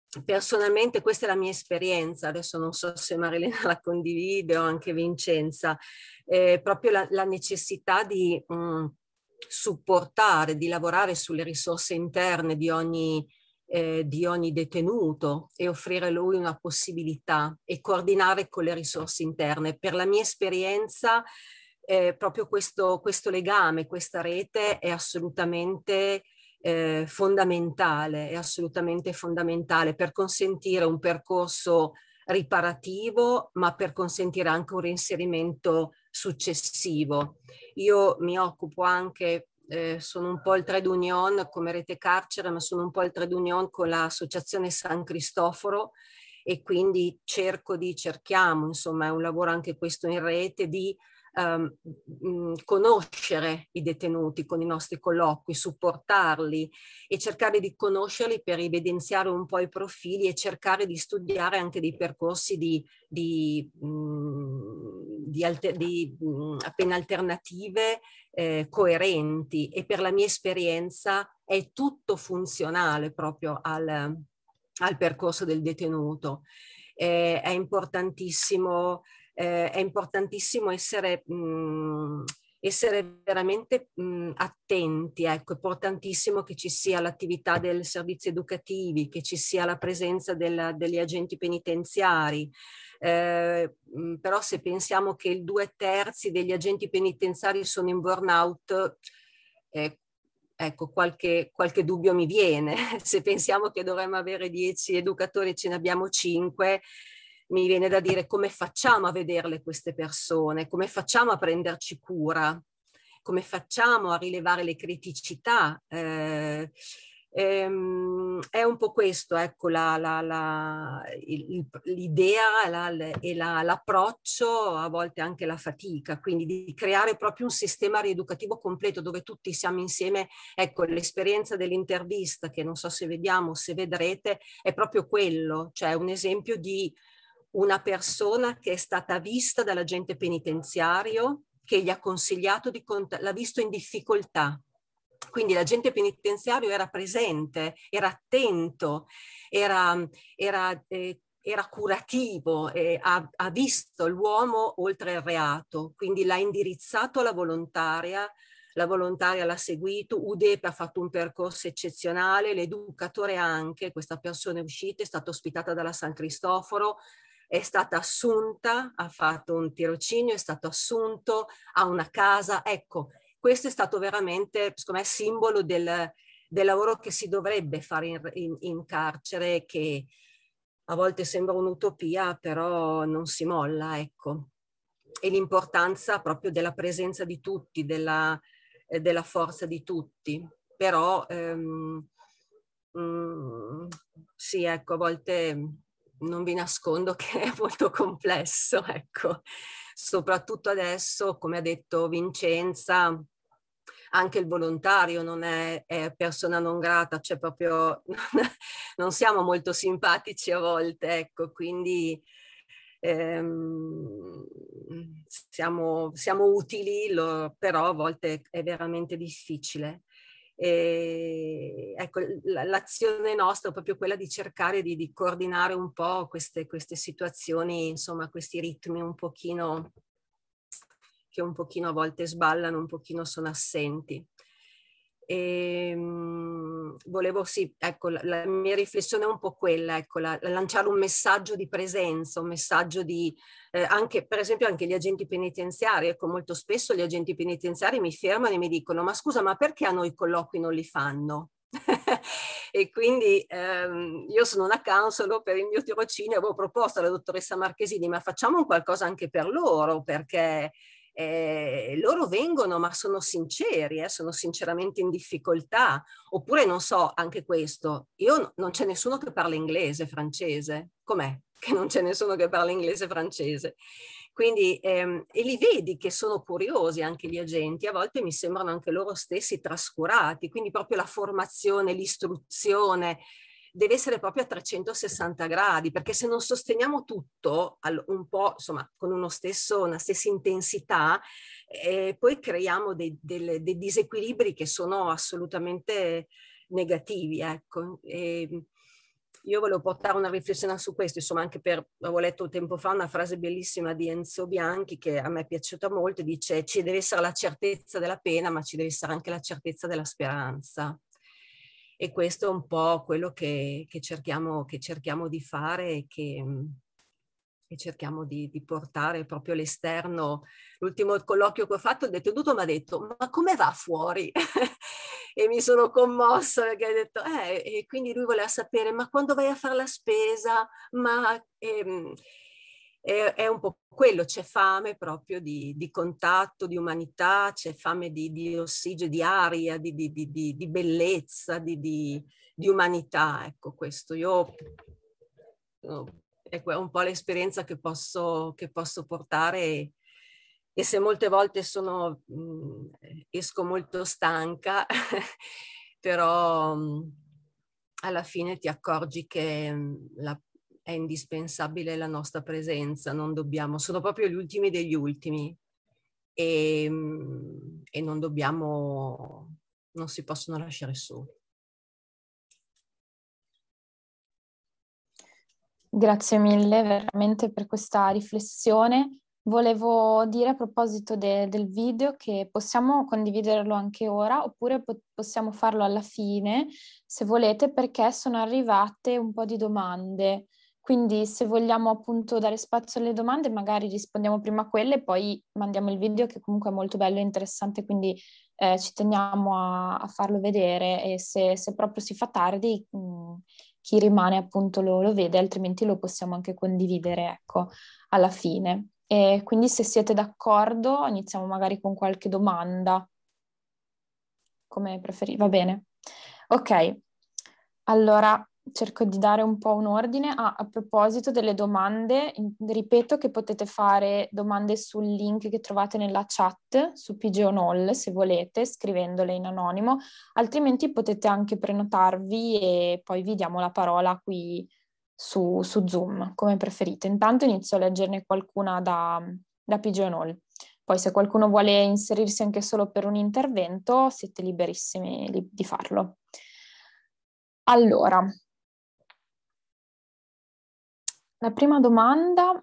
personalmente questa è la mia esperienza, adesso non so se Marilena la condivide o anche Vincenza, eh, proprio la, la necessità di mh, supportare, di lavorare sulle risorse interne di ogni, eh, di ogni detenuto e offrire a lui una possibilità e coordinare con le risorse interne. Per la mia esperienza eh, proprio questo, questo legame, questa rete è assolutamente Eh, fondamentale, è assolutamente fondamentale per consentire un percorso riparativo, ma per consentire anche un reinserimento successivo. Io mi occupo anche, eh, sono un po' il trade union come rete carcere, ma sono un po' il trade union con l'associazione San Cristoforo e quindi cerco di, cerchiamo, insomma è un lavoro anche questo in rete, di Um, mh, conoscere i detenuti con i nostri colloqui, supportarli e cercare di conoscerli per evidenziare un po' i profili e cercare di studiare anche dei percorsi di, di, mh, di, alter, di mh, pene alternative eh, coerenti, e per la mia esperienza è tutto funzionale proprio al, al percorso del detenuto. Eh, è importantissimo Eh, è importantissimo essere, mh, essere veramente mh, attenti, ecco, è importantissimo che ci sia l'attività dei servizi educativi, che ci sia la presenza della, degli agenti penitenziari, eh, mh, però se pensiamo che il due terzi degli agenti penitenziari sono in burnout, eh, ecco, qualche, qualche dubbio mi viene. Se pensiamo che dovremmo avere dieci educatori e ce ne abbiamo cinque, mi viene da dire come facciamo a vederle queste persone, come facciamo a prenderci cura, come facciamo a rilevare le criticità. Eh, ehm, è un po' questo, ecco, la, la, la, il, l'idea la, e la, l'approccio, a volte anche la fatica, quindi di creare proprio un sistema rieducativo completo dove tutti siamo insieme. Ecco, l'esperienza dell'intervista, che non so se vediamo, se vedrete, è proprio quello, cioè un esempio di una persona che è stata vista dall'agente penitenziario che gli ha consigliato di contattare, l'ha visto in difficoltà. Quindi l'agente penitenziario era presente, era attento, era, era, eh, era curativo, eh, ha, ha visto l'uomo oltre il reato, quindi l'ha indirizzato alla volontaria, la volontaria l'ha seguito, U D E P ha fatto un percorso eccezionale, l'educatore anche, questa persona è uscita, è stata ospitata dalla San Cristoforo, è stata assunta, ha fatto un tirocinio, è stato assunto, ha una casa. Ecco, questo è stato veramente, secondo me, simbolo del, del lavoro che si dovrebbe fare in, in, in carcere, che a volte sembra un'utopia, però non si molla, ecco. E l'importanza proprio della presenza di tutti, della, eh, della forza di tutti. Però, ehm, mh, sì, ecco, a volte non vi nascondo che è molto complesso, ecco, soprattutto adesso, come ha detto Vincenza, anche il volontario non è, è persona non grata, cioè proprio non siamo molto simpatici a volte, ecco, quindi ehm, siamo, siamo utili, lo, però a volte è veramente difficile. E, ecco, l'azione nostra è proprio quella di cercare di, di coordinare un po' queste, queste situazioni, insomma, questi ritmi un pochino che un pochino a volte sballano, un pochino sono assenti. E, mh, volevo, sì, ecco, la, la mia riflessione è un po' quella, ecco, la, la lanciare un messaggio di presenza, un messaggio di, eh, anche, per esempio, anche gli agenti penitenziari, ecco, molto spesso gli agenti penitenziari mi fermano e mi dicono, ma scusa, ma perché a noi i colloqui non li fanno? E quindi ehm, io sono una counselor, per il mio tirocinio avevo proposto alla dottoressa Marchesini, ma facciamo un qualcosa anche per loro, perché Eh, loro vengono ma sono sinceri, eh, sono sinceramente in difficoltà, oppure non so, anche questo, io non c'è nessuno che parla inglese, francese, com'è che non c'è nessuno che parla inglese, francese? Quindi, ehm, e li vedi che sono curiosi anche gli agenti, a volte mi sembrano anche loro stessi trascurati, quindi proprio la formazione, l'istruzione deve essere proprio a trecentosessanta gradi, perché se non sosteniamo tutto un po', insomma, con uno stesso, una stessa intensità, eh, poi creiamo dei, dei, dei disequilibri che sono assolutamente negativi, ecco. E, io volevo portare una riflessione su questo, insomma, anche per, avevo letto tempo fa una frase bellissima di Enzo Bianchi che a me è piaciuta molto, dice: ci deve essere la certezza della pena, ma ci deve essere anche la certezza della speranza. E questo è un po' quello che, che, cerchiamo, che cerchiamo di fare e che, che cerchiamo di, di portare proprio all'esterno. L'ultimo colloquio che ho fatto, il detenuto mi ha detto: ma come va fuori? E mi sono commossa perché ha detto, eh, e quindi lui voleva sapere, ma quando vai a fare la spesa? Ma ehm, è, è un po' quello, c'è fame proprio di, di contatto, di umanità, c'è fame di, di ossigeno, di aria, di, di, di, di bellezza, di, di, di umanità. Ecco, questo io è un po' l'esperienza che posso, che posso portare. E, e se molte volte sono, mh, esco molto stanca, però mh, alla fine ti accorgi che mh, la, è indispensabile la nostra presenza, non dobbiamo, sono proprio gli ultimi degli ultimi e, mh, e non dobbiamo, non si possono lasciare soli. Grazie mille veramente per questa riflessione. Volevo dire a proposito de- del video che possiamo condividerlo anche ora oppure po- possiamo farlo alla fine se volete, perché sono arrivate un po' di domande. Quindi se vogliamo appunto dare spazio alle domande, magari rispondiamo prima a quelle e poi mandiamo il video, che comunque è molto bello e interessante, quindi eh, ci teniamo a, a farlo vedere, e se, se proprio si fa tardi mh, chi rimane appunto lo, lo vede, altrimenti lo possiamo anche condividere, ecco, alla fine. E quindi se siete d'accordo iniziamo magari con qualche domanda, come preferite, va bene? Ok, allora cerco di dare un po' un ordine. Ah, a proposito delle domande, ripeto che potete fare domande sul link che trovate nella chat su P G on All se volete, scrivendole in anonimo, altrimenti potete anche prenotarvi e poi vi diamo la parola qui su, su Zoom, come preferite. Intanto inizio a leggerne qualcuna da, da P G on All. Poi se qualcuno vuole inserirsi anche solo per un intervento, siete liberissimi di, di farlo. Allora, la prima domanda,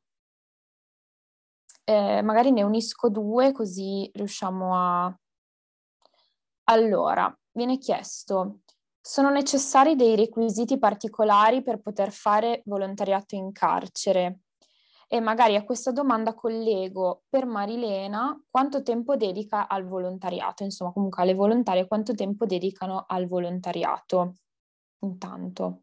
eh, magari ne unisco due così riusciamo a... Allora, viene chiesto: sono necessari dei requisiti particolari per poter fare volontariato in carcere? E magari a questa domanda collego per Marilena quanto tempo dedica al volontariato, insomma comunque alle volontarie quanto tempo dedicano al volontariato. Intanto.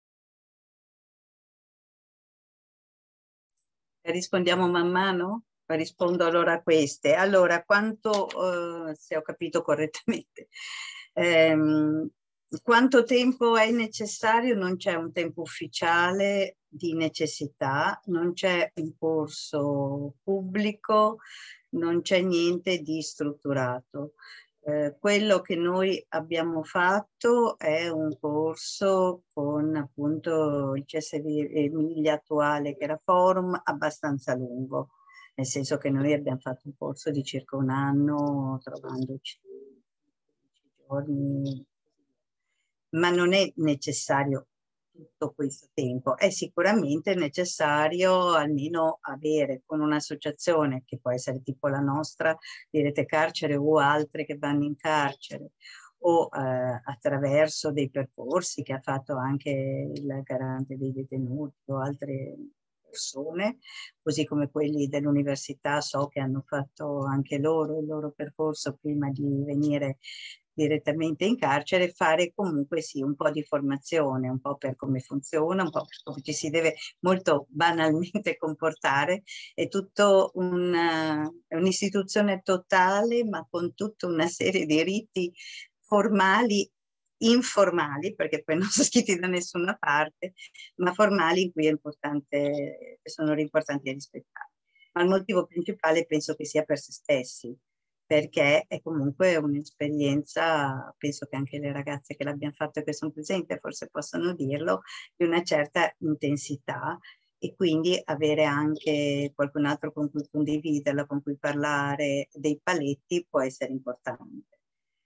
Rispondiamo man mano? Rispondo allora a queste. Allora, quanto, eh, se ho capito correttamente, ehm, quanto tempo è necessario? Non c'è un tempo ufficiale di necessità, non c'è un corso pubblico, non c'è niente di strutturato. Eh, quello che noi abbiamo fatto è un corso con appunto il C S V Emilia attuale, che era Forum, abbastanza lungo, nel senso che noi abbiamo fatto un corso di circa un anno, trovandoci giorni, ma non è necessario tutto questo tempo. È sicuramente necessario almeno avere con un'associazione, che può essere tipo la nostra, di Rete Carcere o altre che vanno in carcere, o eh, attraverso dei percorsi che ha fatto anche il garante dei detenuti o altre persone, così come quelli dell'università, so che hanno fatto anche loro il loro percorso prima di venire direttamente in carcere, fare comunque sì un po' di formazione, un po' per come funziona, un po' per come ci si deve molto banalmente comportare. È tutto un'istituzione totale, ma con tutta una serie di riti formali, informali, perché poi non sono scritti da nessuna parte, ma formali, in cui è importante, sono importanti da rispettare. Ma il motivo principale penso che sia per se stessi, perché è comunque un'esperienza, penso che anche le ragazze che l'abbiano fatto e che sono presenti forse possono dirlo, di una certa intensità, e quindi avere anche qualcun altro con cui condividerla, con cui parlare, dei paletti può essere importante.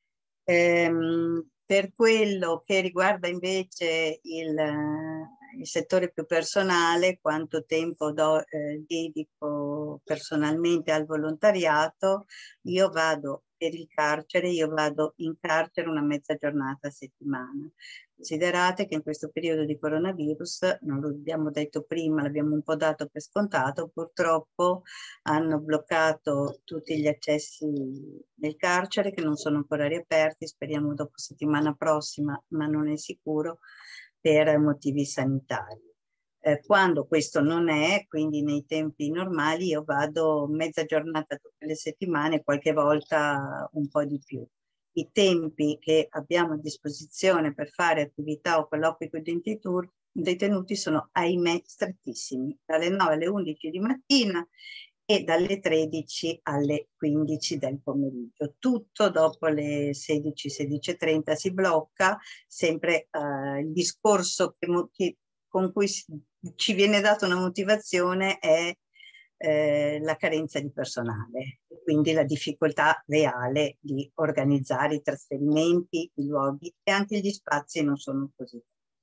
Ehm, per quello che riguarda invece il, il settore più personale, quanto tempo do, eh, dedico personalmente al volontariato, io vado per il carcere, io vado in carcere una mezza giornata a settimana. Considerate che in questo periodo di coronavirus, non lo abbiamo detto prima, l'abbiamo un po' dato per scontato, purtroppo hanno bloccato tutti gli accessi nel carcere che non sono ancora riaperti, speriamo dopo settimana prossima, ma non è sicuro, per motivi sanitari. Eh, quando questo non è, quindi nei tempi normali, io vado mezza giornata tutte le settimane, qualche volta un po' di più. I tempi che abbiamo a disposizione per fare attività o colloqui con i detenuti sono, ahimè, strettissimi, dalle nove alle undici di mattina e dalle tredici alle quindici del pomeriggio. Tutto dopo le sedici, sedici e trenta si blocca, sempre eh, il discorso che, che, con cui si, ci viene data una motivazione è eh, la carenza di personale, quindi la difficoltà reale di organizzare i trasferimenti, i luoghi, e anche gli spazi non sono così.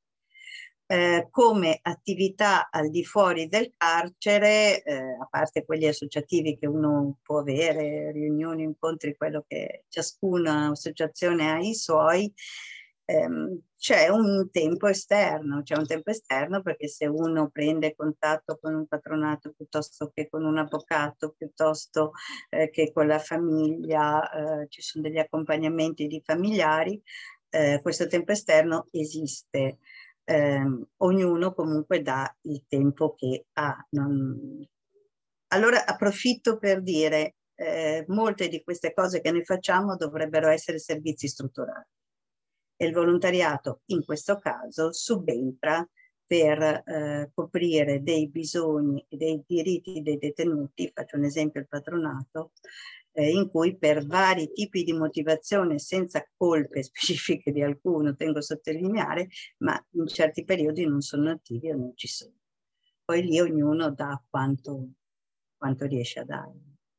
Eh, come attività al di fuori del carcere, eh, a parte quelli associativi che uno può avere, riunioni, incontri, quello che ciascuna associazione ha i suoi, ehm, c'è un tempo esterno, c'è un tempo esterno perché se uno prende contatto con un patronato piuttosto che con un avvocato, piuttosto eh, che con la famiglia, eh, ci sono degli accompagnamenti di familiari, eh, questo tempo esterno esiste. Eh, ognuno comunque dà il tempo che ha. Non... Allora approfitto per dire, eh, molte di queste cose che noi facciamo dovrebbero essere servizi strutturali e il volontariato in questo caso subentra per eh, coprire dei bisogni e dei diritti dei detenuti. Faccio un esempio: il patronato, Eh, in cui per vari tipi di motivazione, senza colpe specifiche di alcuno, tengo a sottolineare, ma in certi periodi non sono attivi o non ci sono. Poi lì ognuno dà quanto, quanto riesce a dare.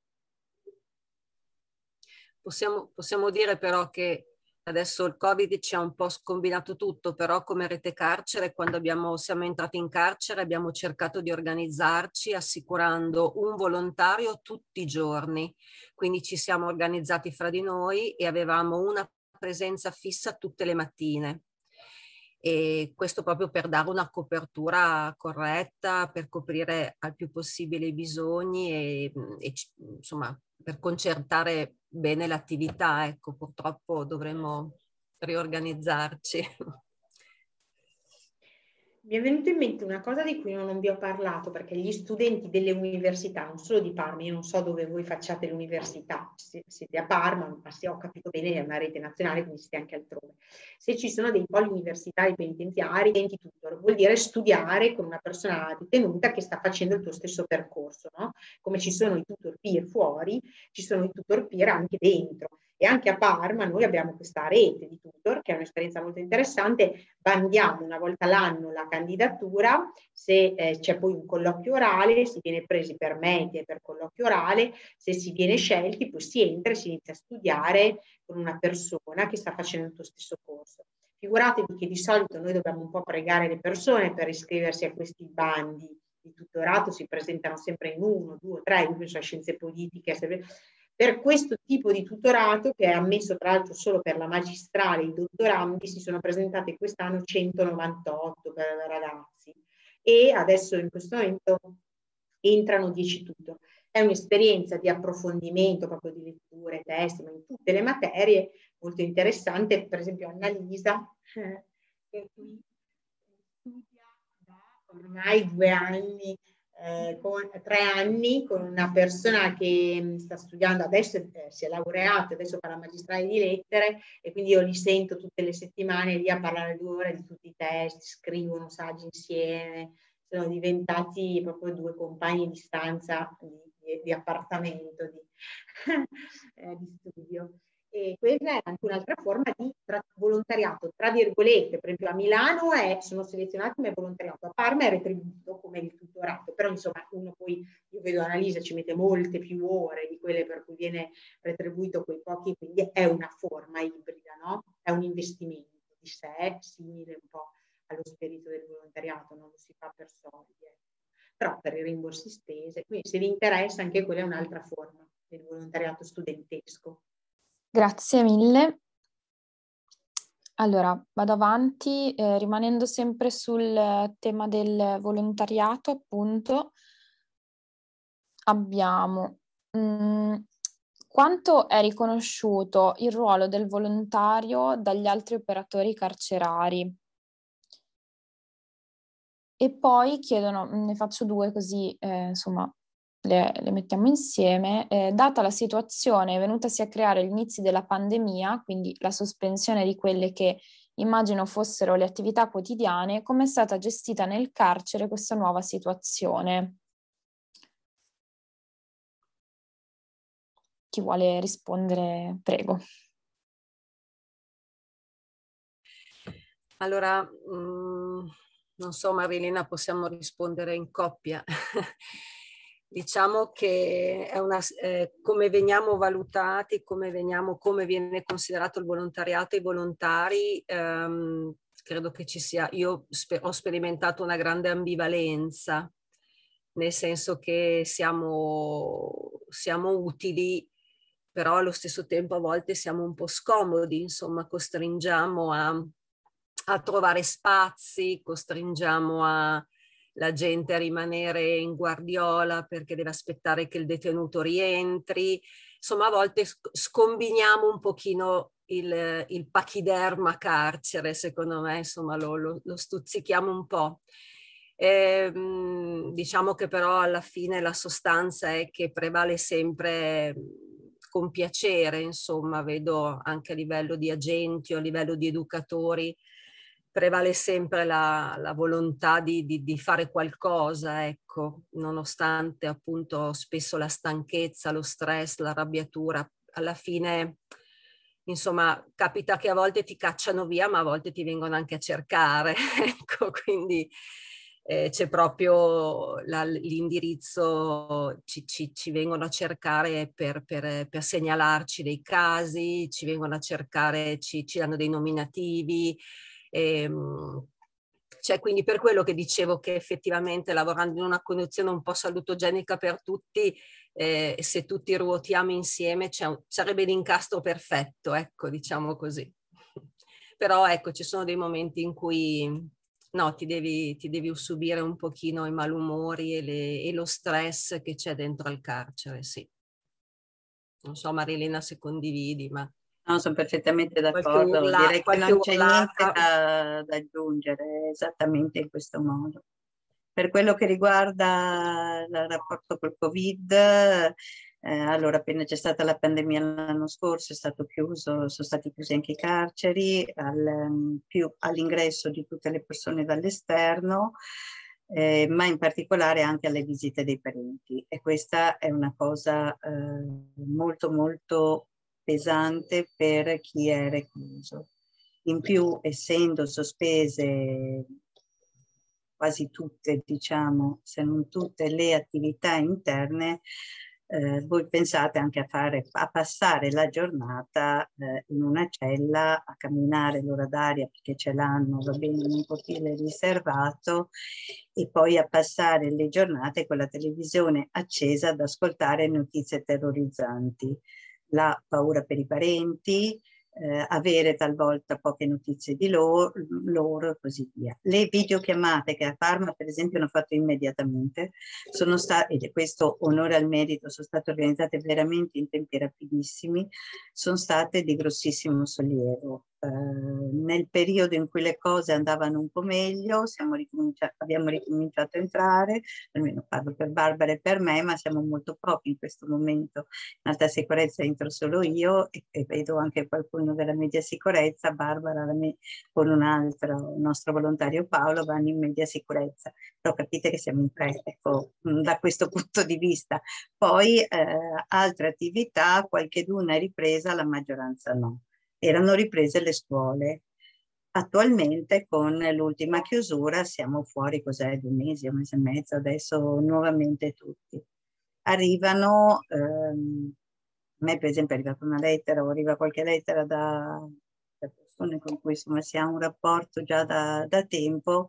Possiamo, possiamo dire però che adesso il Covid ci ha un po' scombinato tutto, però come Rete Carcere, quando abbiamo, siamo entrati in carcere, abbiamo cercato di organizzarci assicurando un volontario tutti i giorni. Quindi ci siamo organizzati fra di noi e avevamo una presenza fissa tutte le mattine. E questo proprio per dare una copertura corretta, per coprire al più possibile i bisogni e, e insomma per concertare bene l'attività. Ecco, purtroppo dovremmo riorganizzarci. Mi è venuta in mente una cosa di cui non vi ho parlato, perché gli studenti delle università, non solo di Parma, io non so dove voi facciate l'università, se siete a Parma, ma se ho capito bene è una rete nazionale, quindi siete anche altrove. Se ci sono dei poli universitari penitenziari, tutor, vuol dire studiare con una persona detenuta che sta facendo il tuo stesso percorso, no? Come ci sono i tutor peer fuori, ci sono i tutor peer anche dentro. E anche a Parma noi abbiamo questa rete di tutor, che è un'esperienza molto interessante. Bandiamo una volta l'anno la candidatura, se eh, c'è poi un colloquio orale, si viene presi per media e per colloquio orale, se si viene scelti poi si entra e si inizia a studiare con una persona che sta facendo il tuo stesso corso. Figuratevi che di solito noi dobbiamo un po' pregare le persone per iscriversi a questi bandi di tutorato, si presentano sempre in uno, due, tre, io penso a scienze politiche, per questo tipo di tutorato, che è ammesso tra l'altro solo per la magistrale, i dottorandi, si sono presentate quest'anno centonovantotto per ragazzi e adesso in questo momento entrano dieci tutor. È un'esperienza di approfondimento proprio di letture, testi, ma in tutte le materie, molto interessante. Per esempio Annalisa, eh, che qui studia da ormai due anni, Eh, con tre anni con una persona che sta studiando adesso, eh, si è laureata, adesso fa la magistrale di lettere e quindi io li sento tutte le settimane lì a parlare due ore di tutti i testi, scrivono saggi insieme, sono diventati proprio due compagni di stanza, di, di, di appartamento, di, eh, di studio. E quella è anche un'altra forma di tra- volontariato, tra virgolette. Per esempio a Milano è, sono selezionati come volontariato, a Parma è retribuito come il tutorato, però insomma uno poi, io vedo Annalisa ci mette molte più ore di quelle per cui viene retribuito quei pochi, quindi è una forma ibrida, no? È un investimento di sé, simile un po' allo spirito del volontariato, non lo si fa per soldi, eh. Però per i rimborsi spese, quindi se vi interessa anche quella è un'altra forma del volontariato studentesco. Grazie mille. Allora, vado avanti, eh, rimanendo sempre sul tema del volontariato, appunto, abbiamo mh, quanto è riconosciuto il ruolo del volontario dagli altri operatori carcerari? E poi chiedono, ne faccio due così, eh, insomma, le, le mettiamo insieme. Eh, data la situazione venutasi a creare agli inizi della pandemia, quindi la sospensione di quelle che immagino fossero le attività quotidiane, come è stata gestita nel carcere questa nuova situazione? Chi vuole rispondere, prego. Allora, mh, non so Marilena, possiamo rispondere in coppia. Diciamo che è una, eh, come veniamo valutati, come, veniamo, come viene considerato il volontariato e i volontari, ehm, credo che ci sia, io sper- ho sperimentato una grande ambivalenza, nel senso che siamo, siamo utili, però allo stesso tempo a volte siamo un po' scomodi, insomma, costringiamo a, a trovare spazi, costringiamo a la gente a rimanere in guardiola perché deve aspettare che il detenuto rientri. Insomma, a volte scombiniamo un pochino il, il pachiderma carcere, secondo me, insomma, lo, lo, lo stuzzichiamo un po'. Eh, diciamo che però alla fine la sostanza è che prevale sempre con piacere, insomma, vedo anche a livello di agenti o a livello di educatori, prevale sempre la, la volontà di, di, di fare qualcosa, ecco, nonostante appunto spesso la stanchezza, lo stress, l'arrabbiatura, alla fine, insomma, capita che a volte ti cacciano via, ma a volte ti vengono anche a cercare, ecco, quindi eh, c'è proprio la, l'indirizzo, ci, ci, ci vengono a cercare per, per, per segnalarci dei casi, ci vengono a cercare, ci, ci danno dei nominativi. Ehm, cioè, quindi per quello che dicevo che effettivamente lavorando in una condizione un po' salutogenica per tutti, eh, se tutti ruotiamo insieme un, sarebbe l'incastro perfetto, ecco, diciamo così. Però ecco, ci sono dei momenti in cui no, ti devi, ti devi subire un pochino i malumori e, le, e lo stress che c'è dentro al carcere, sì. Non so Marilena se condividi, ma... No, sono perfettamente Qualche, d'accordo. urla, Direi che qualche non c'è niente urlata. da, da aggiungere, esattamente in questo modo. Per quello che riguarda il rapporto col Covid, eh, allora appena c'è stata la pandemia l'anno scorso è stato chiuso, sono stati chiusi anche i carceri al, più, all'ingresso di tutte le persone dall'esterno, eh, ma in particolare anche alle visite dei parenti. E questa è una cosa eh, molto molto pesante per chi è recluso. In più, essendo sospese quasi tutte, diciamo, se non tutte le attività interne, eh, voi pensate anche a, fare, a passare la giornata eh, in una cella, a camminare l'ora d'aria perché ce l'hanno, va bene, in un cortile riservato, e poi a passare le giornate con la televisione accesa ad ascoltare notizie terrorizzanti, la paura per i parenti, Eh, avere talvolta poche notizie di loro, loro e così via. Le videochiamate che a Parma per esempio hanno fatto immediatamente sono state, e questo onore al merito, sono state organizzate veramente in tempi rapidissimi, sono state di grossissimo sollievo. eh, nel periodo in cui le cose andavano un po' meglio siamo ricominciati, abbiamo ricominciato a entrare, almeno parlo per Barbara e per me, ma siamo molto pochi in questo momento. In alta sicurezza entro solo io e, e vedo anche qualcuno della media sicurezza, Barbara la me, con un altro, il nostro volontario Paolo, vanno in media sicurezza. Però capite che siamo in tre, ecco, da questo punto di vista. Poi eh, altre attività, qualcheduna è ripresa, la maggioranza no. Erano riprese le scuole. Attualmente con l'ultima chiusura siamo fuori, cos'è, due mesi, un mese e mezzo, adesso nuovamente tutti. Arrivano, ehm, a me per esempio è arrivata una lettera o arriva qualche lettera da, da persone con cui insomma si ha un rapporto già da, da tempo.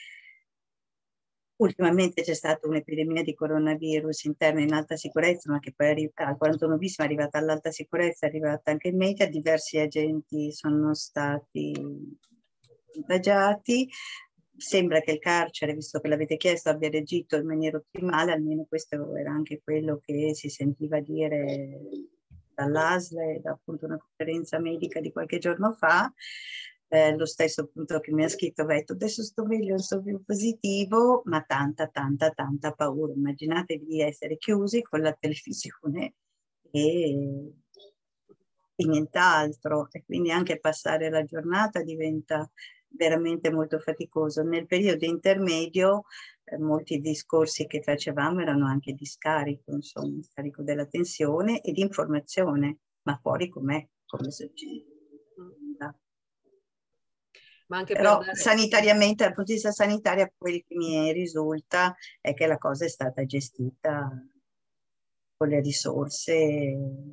Ultimamente c'è stata un'epidemia di coronavirus interna in alta sicurezza, ma che poi al quarantuno bis è arrivata all'alta sicurezza, è arrivata anche in media, diversi agenti sono stati contagiati. Sembra che il carcere, visto che l'avete chiesto, abbia reagito in maniera ottimale, almeno questo era anche quello che si sentiva dire dall'A S L e da appunto una conferenza medica di qualche giorno fa. Eh, lo stesso appunto che mi ha scritto, ha detto adesso sto meglio, sto più positivo, ma tanta, tanta, tanta paura. Immaginatevi di essere chiusi con la televisione e, e nient'altro, e quindi anche passare la giornata diventa veramente molto faticoso. Nel periodo intermedio eh, molti discorsi che facevamo erano anche di scarico, insomma, di scarico della tensione e di informazione, ma fuori com'è, come succede. Ma anche Però per dare... sanitariamente, dal punto di vista sanitario, quel che mi risulta è che la cosa è stata gestita con le risorse.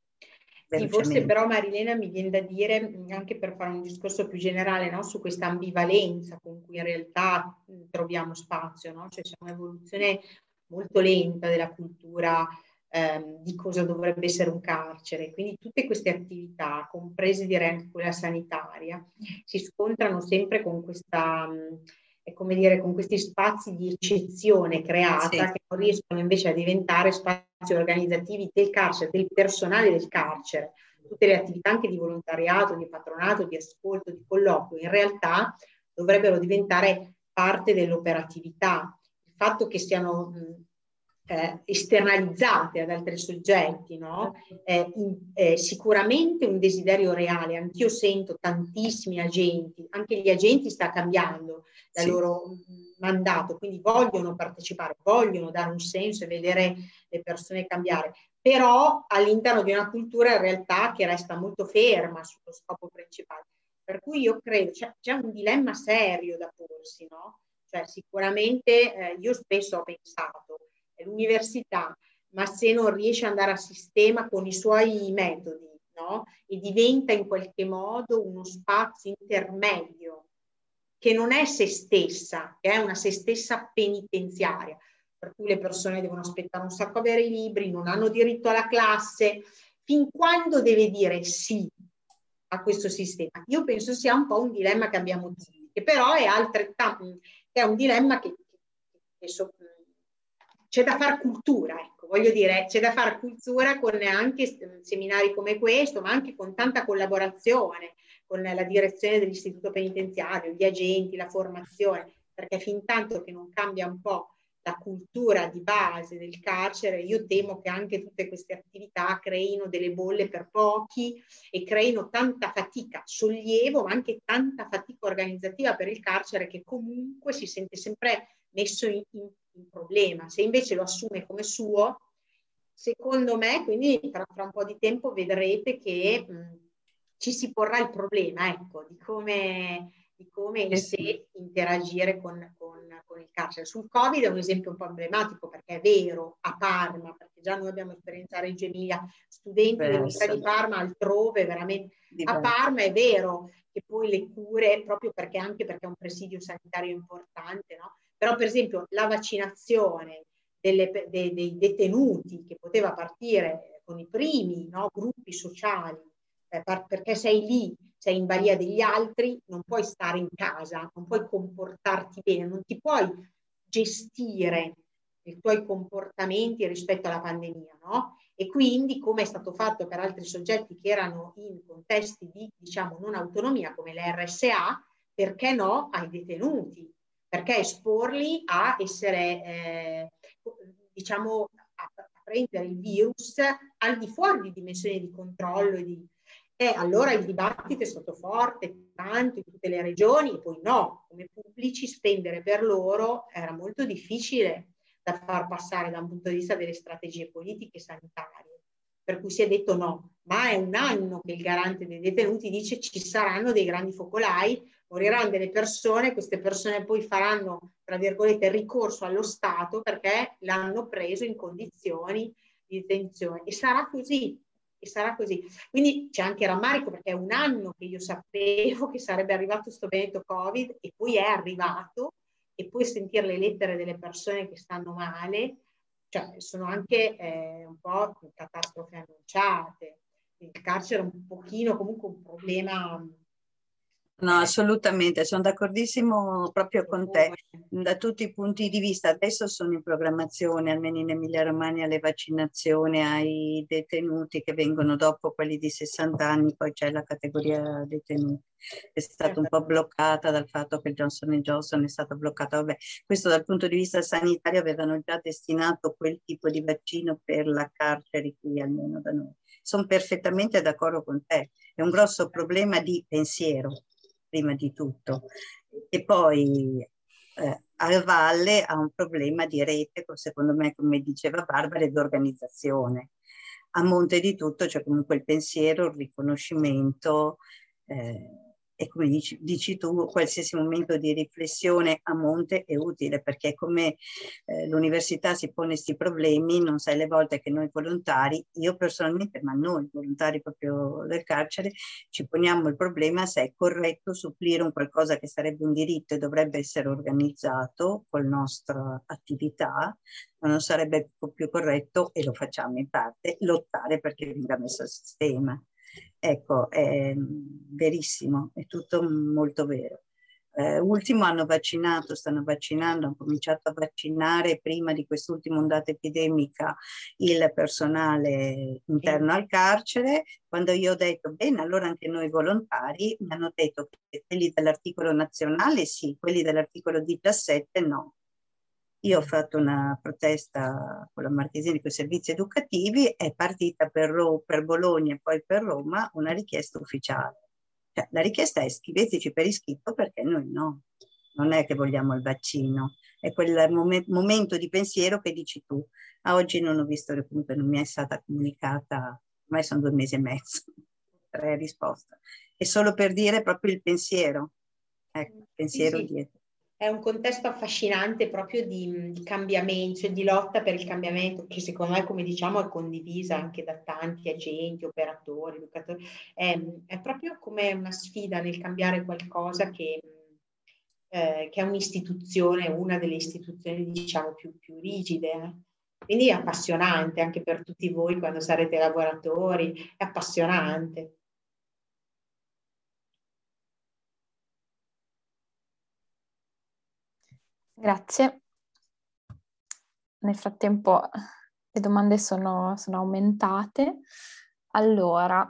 Sì, forse però Marilena mi viene da dire, anche per fare un discorso più generale, no, su questa ambivalenza con cui in realtà troviamo spazio, no? Cioè c'è un'evoluzione molto lenta della cultura ehm, di cosa dovrebbe essere un carcere, quindi tutte queste attività, comprese direi anche quella sanitaria, si scontrano sempre con questa... Mh, è come dire, con questi spazi di eccezione creata, sì, che non riescono invece a diventare spazi organizzativi del carcere, del personale del carcere. Tutte le attività anche di volontariato, di patronato, di ascolto, di colloquio, in realtà dovrebbero diventare parte dell'operatività. Il fatto che siano mh, eh, esternalizzate ad altri soggetti, no? Eh, in, eh, sicuramente un desiderio reale. Anch'io sento tantissimi agenti, anche gli agenti sta cambiando il sì. loro mandato, quindi vogliono partecipare, vogliono dare un senso e vedere le persone cambiare, però all'interno di una cultura in realtà che resta molto ferma sullo scopo principale. Per cui io credo c'è, c'è un dilemma serio da porsi, no? Cioè sicuramente eh, io spesso ho pensato l'università, ma se non riesce ad andare a sistema con i suoi metodi, no? E diventa in qualche modo uno spazio intermedio che non è se stessa, che è una se stessa penitenziaria, per cui le persone devono aspettare un sacco a avere i libri, non hanno diritto alla classe. Fin quando deve dire sì a questo sistema? Io penso sia un po' un dilemma che abbiamo tutti, che però è altrettanto, è un dilemma che, che so, c'è da fare cultura, ecco, voglio dire, c'è da fare cultura con anche seminari come questo, ma anche con tanta collaborazione con la direzione dell'istituto penitenziario, gli agenti, la formazione, perché fin tanto che non cambia un po' la cultura di base del carcere, io temo che anche tutte queste attività creino delle bolle per pochi e creino tanta fatica, sollievo, ma anche tanta fatica organizzativa per il carcere che comunque si sente sempre messo in, in, in problema. Se invece lo assume come suo, secondo me, quindi tra, tra un po' di tempo vedrete che mh, ci si porrà il problema, ecco, di come, di come in sé interagire con, con, con il carcere. Sul Covid è un esempio un po' emblematico, perché è vero, a Parma, perché già noi abbiamo esperienza a Reggio Emilia, studenti dell'Università di Parma, altrove, veramente. Diverso. A Parma è vero che poi le cure, proprio perché anche perché è un presidio sanitario importante, no? Però per esempio la vaccinazione delle, dei, dei detenuti che poteva partire con i primi, no, gruppi sociali, eh, per, perché sei lì, sei in balia degli altri, non puoi stare in casa, non puoi comportarti bene, non ti puoi gestire i tuoi comportamenti rispetto alla pandemia, no? E quindi, come è stato fatto per altri soggetti che erano in contesti di, diciamo, non autonomia come l'R S A, perché no ai detenuti? Perché esporli a essere, eh, diciamo, a, a prendere il virus al di fuori di dimensioni di controllo e di... E allora il dibattito è stato forte, tanto in tutte le regioni, e poi no, come pubblici spendere per loro era molto difficile da far passare da un punto di vista delle strategie politiche e sanitarie. Per cui si è detto no, ma è un anno che il garante dei detenuti dice ci saranno dei grandi focolai, moriranno delle persone, queste persone poi faranno, tra virgolette, ricorso allo Stato perché l'hanno preso in condizioni di detenzione. E sarà così. E sarà così. Quindi c'è anche rammarico perché è un anno che io sapevo che sarebbe arrivato questo benedetto Covid e poi è arrivato, e poi sentire le lettere delle persone che stanno male, cioè sono anche eh, un po' catastrofe annunciate. Il carcere è un pochino comunque un problema. No, assolutamente, sono d'accordissimo proprio con te, da tutti i punti di vista. Adesso sono in programmazione, almeno in Emilia-Romagna, le vaccinazioni ai detenuti che vengono dopo quelli di sessanta anni, poi c'è la categoria detenuti. È stata un po' bloccata dal fatto che il Johnson and Johnson è stato bloccato. Vabbè, questo dal punto di vista sanitario avevano già destinato quel tipo di vaccino per la carcere qui, almeno da noi. Sono perfettamente d'accordo con te, è un grosso problema di pensiero. Prima di tutto, e poi eh, a valle ha un problema di rete, secondo me, come diceva Barbara, di organizzazione. A monte di tutto c'è comunque il pensiero, il riconoscimento, eh, e come dici, dici tu, qualsiasi momento di riflessione a monte è utile, perché come eh, l'università si pone questi problemi, non sai le volte che noi volontari, io personalmente, ma noi volontari proprio del carcere, ci poniamo il problema se è corretto supplire un qualcosa che sarebbe un diritto e dovrebbe essere organizzato con la nostra attività, ma non sarebbe più corretto, e lo facciamo in parte, lottare perché venga messo a sistema. Ecco, è verissimo, è tutto molto vero. Eh, ultimo hanno vaccinato, stanno vaccinando, hanno cominciato a vaccinare prima di quest'ultima ondata epidemica il personale interno al carcere. Quando io ho detto, bene, allora anche noi volontari, mi hanno detto che quelli dell'articolo nazionale sì, quelli dell'articolo diciassette no. Io ho fatto una protesta con la Marchesini con i servizi educativi, è partita per, Ro- per Bologna e poi per Roma una richiesta ufficiale. Cioè, la richiesta è scriveteci per iscritto perché noi no, non è che vogliamo il vaccino, è quel mom- momento di pensiero che dici tu. A oggi non ho visto, comunque non mi è stata comunicata, ormai sono due mesi e mezzo, tre risposte. È solo per dire proprio il pensiero, ecco, il pensiero sì, sì. dietro. È un contesto affascinante proprio di, di cambiamento, cioè di lotta per il cambiamento, che secondo me, come diciamo, è condivisa anche da tanti agenti, operatori, educatori. È, è proprio come una sfida nel cambiare qualcosa che, eh, che è un'istituzione, una delle istituzioni, diciamo, più, più rigide. Eh. Quindi è appassionante anche per tutti voi quando sarete lavoratori, è appassionante. Grazie. Nel frattempo le domande sono, sono aumentate. Allora,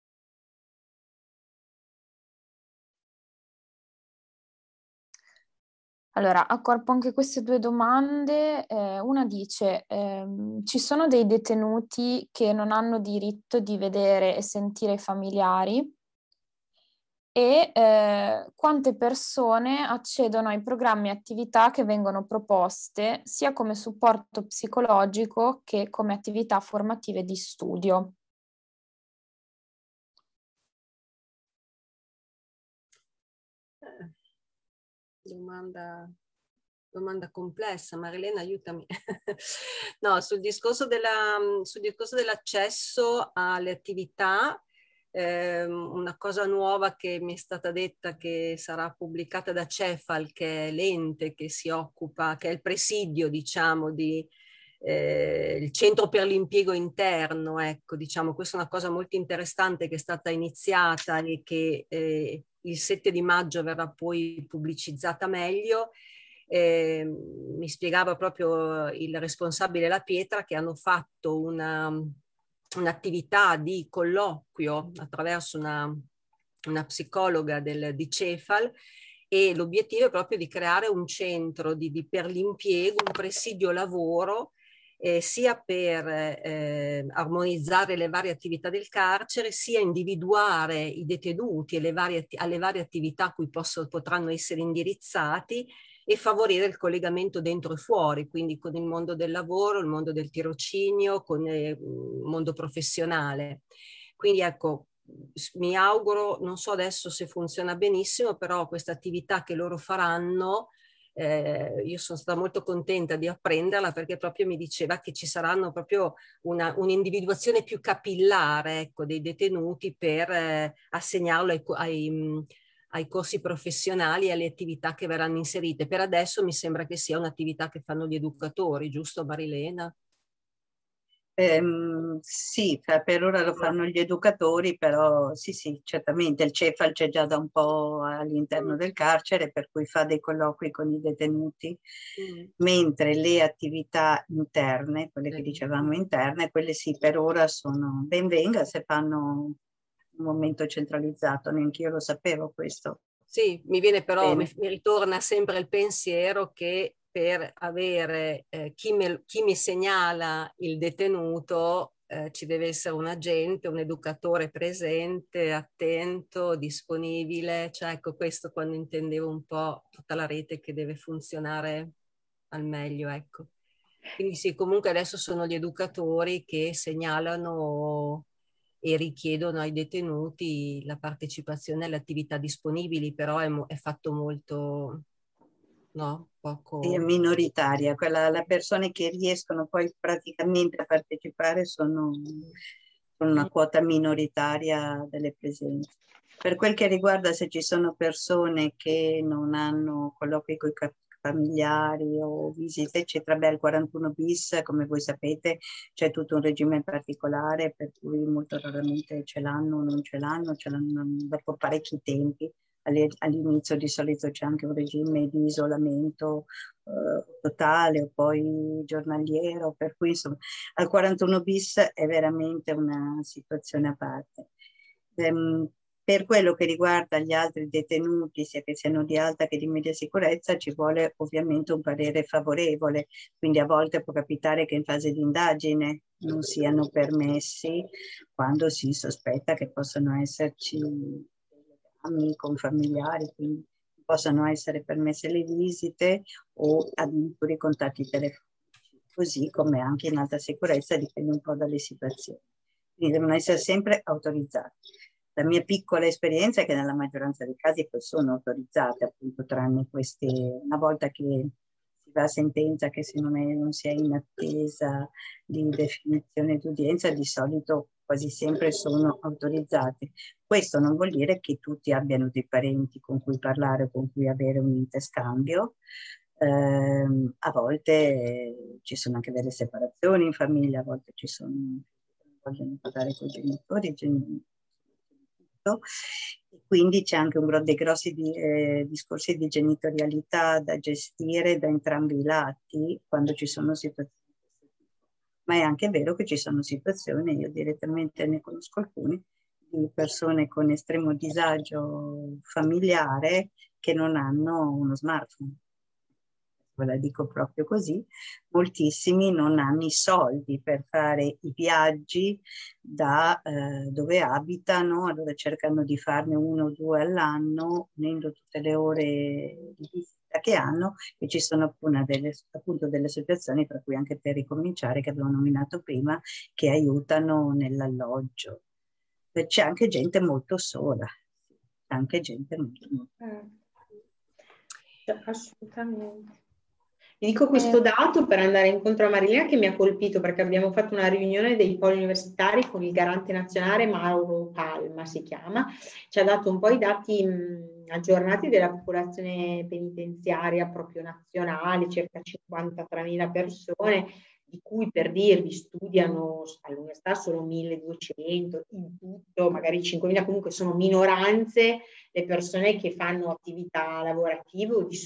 allora, accorpo anche queste due domande. Eh, una dice, ehm, ci sono dei detenuti che non hanno diritto di vedere e sentire i familiari? E eh, quante persone accedono ai programmi e attività che vengono proposte sia come supporto psicologico che come attività formative di studio. Eh, domanda, domanda complessa, Marilena, aiutami. No, sul discorso della, sul discorso dell'accesso alle attività, una cosa nuova che mi è stata detta che sarà pubblicata da Cefal, che è l'ente che si occupa, che è il presidio, diciamo, di eh, il centro per l'impiego interno, ecco, diciamo, questa è una cosa molto interessante che è stata iniziata e che eh, il sette di maggio verrà poi pubblicizzata meglio. eh, mi spiegava proprio il responsabile La Pietra che hanno fatto una, un'attività di colloquio attraverso una, una psicologa del, di Cefal, e l'obiettivo è proprio di creare un centro di, di, per l'impiego, un presidio lavoro, eh, sia per eh, armonizzare le varie attività del carcere, sia individuare i detenuti e le varie, alle varie attività a cui posso, potranno essere indirizzati, e favorire il collegamento dentro e fuori, quindi con il mondo del lavoro, il mondo del tirocinio, con eh, il mondo professionale. Quindi ecco, mi auguro, non so adesso se funziona benissimo, però questa attività che loro faranno, eh, io sono stata molto contenta di apprenderla, perché proprio mi diceva che ci saranno proprio una, un'individuazione più capillare, ecco, dei detenuti per eh, assegnarlo ai, ai, ai corsi professionali e alle attività che verranno inserite. Per adesso mi sembra che sia un'attività che fanno gli educatori, giusto Marilena? Ehm, sì, per ora lo fanno gli educatori, però sì, sì, certamente il Cefal c'è già da un po' all'interno del carcere, per cui fa dei colloqui con i detenuti, mm. mentre le attività interne, quelle che dicevamo interne, quelle sì, per ora sono ben venga se fanno un momento centralizzato, neanche io lo sapevo questo. Sì, mi viene però, mi, mi ritorna sempre il pensiero che per avere eh, chi, me, chi mi segnala il detenuto eh, ci deve essere un agente, un educatore presente, attento, disponibile, cioè ecco questo quando intendevo un po' tutta la rete che deve funzionare al meglio, ecco. Quindi sì, comunque adesso sono gli educatori che segnalano e richiedono ai detenuti la partecipazione alle attività disponibili, però è, è fatto molto, no? Poco... Sì, è minoritaria, quella, le persone che riescono poi praticamente a partecipare sono, sono una quota minoritaria delle presenze. Per quel che riguarda se ci sono persone che non hanno colloqui con i familiari o visite, eccetera, beh, il quarantuno bis, come voi sapete, c'è tutto un regime particolare per cui molto raramente ce l'hanno o non ce l'hanno, ce l'hanno dopo parecchi tempi. All'inizio di solito c'è anche un regime di isolamento eh, totale o poi giornaliero, per cui insomma al quarantuno bis è veramente una situazione a parte. Ehm, per quello che riguarda gli altri detenuti, sia che siano di alta che di media sicurezza, ci vuole ovviamente un parere favorevole, quindi a volte può capitare che in fase di indagine non siano permessi quando si sospetta che possano esserci con familiari, quindi possano essere permesse le visite o addirittura i contatti telefonici, così come anche in alta sicurezza, dipende un po' dalle situazioni. Quindi devono essere sempre autorizzati. La mia piccola esperienza è che nella maggioranza dei casi poi sono autorizzate, appunto, tranne queste, una volta che si va a sentenza, che se non, è, non si è in attesa di definizione d'udienza, di solito quasi sempre sono autorizzate. Questo non vuol dire che tutti abbiano dei parenti con cui parlare, con cui avere un interscambio. Eh, a volte eh, ci sono anche delle separazioni in famiglia, a volte ci sono vogliono parlare con i genitori, genitori e quindi c'è anche un, dei grossi di, eh, discorsi di genitorialità da gestire da entrambi i lati quando ci sono situazioni. Ma è anche vero che ci sono situazioni, io direttamente ne conosco alcune, di persone con estremo disagio familiare che non hanno uno smartphone. Ve la dico proprio così, moltissimi non hanno i soldi per fare i viaggi da eh, dove abitano, allora cercano di farne uno o due all'anno, unendo tutte le ore di visita che hanno, e ci sono appunto delle, appunto delle situazioni, tra cui anche per ricominciare, che abbiamo nominato prima, che aiutano nell'alloggio. C'è anche gente molto sola, c'è anche gente molto, molto eh, assolutamente. Vi dico questo dato per andare incontro a Marilena che mi ha colpito, perché abbiamo fatto una riunione dei poli universitari con il garante nazionale Mauro Palma, si chiama, ci ha dato un po' i dati mh, aggiornati della popolazione penitenziaria proprio nazionale, circa cinquantatremila persone, di cui, per dirvi, studiano all'università solo milleduecento, in tutto magari cinquemila, comunque sono minoranze le persone che fanno attività lavorative o di studio.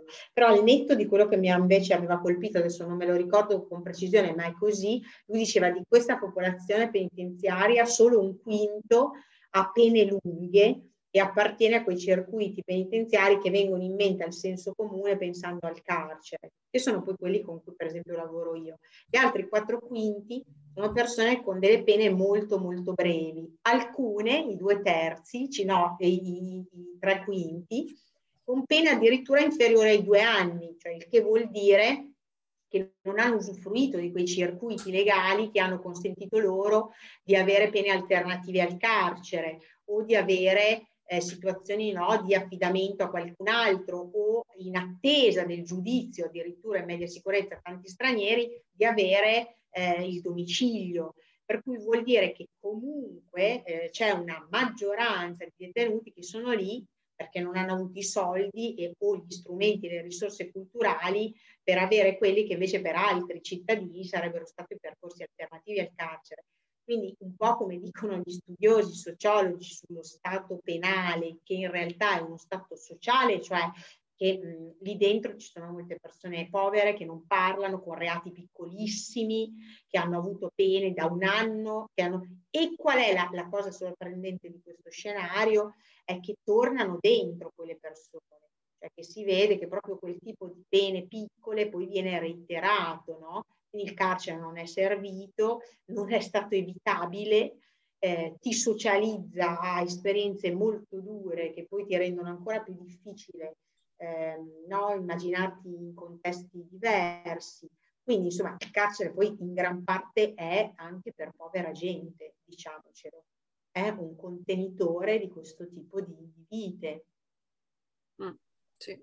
Però al netto di quello che mi invece aveva colpito, adesso non me lo ricordo con precisione, ma è così, lui diceva di questa popolazione penitenziaria solo un quinto ha pene lunghe e appartiene a quei circuiti penitenziari che vengono in mente al senso comune pensando al carcere, che sono poi quelli con cui per esempio lavoro io. Gli altri quattro quinti sono persone con delle pene molto molto brevi, alcune, i due terzi, no, i, i, i tre quinti, con pene addirittura inferiore ai due anni, cioè il che vuol dire che non hanno usufruito di quei circuiti legali che hanno consentito loro di avere pene alternative al carcere o di avere eh, situazioni no, di affidamento a qualcun altro o in attesa del giudizio, addirittura in media sicurezza tanti stranieri, di avere eh, il domicilio. Per cui vuol dire che comunque eh, c'è una maggioranza di detenuti che sono lì perché non hanno avuto i soldi e o gli strumenti e le risorse culturali per avere quelli che invece per altri cittadini sarebbero stati percorsi alternativi al carcere. Quindi un po' come dicono gli studiosi sociologi sullo stato penale, che in realtà è uno stato sociale, cioè che mh, lì dentro ci sono molte persone povere che non parlano, con reati piccolissimi, che hanno avuto pene da un anno. Che hanno... E qual è la, la cosa sorprendente di questo scenario? È che tornano dentro quelle persone, cioè che si vede che proprio quel tipo di pene piccole poi viene reiterato, no? Quindi il carcere non è servito, non è stato evitabile, eh, ti socializza a esperienze molto dure che poi ti rendono ancora più difficile eh, no? immaginarti in contesti diversi. Quindi insomma il carcere poi in gran parte è anche per povera gente, diciamocelo, è un contenitore di questo tipo di, di vite. Mm, sì.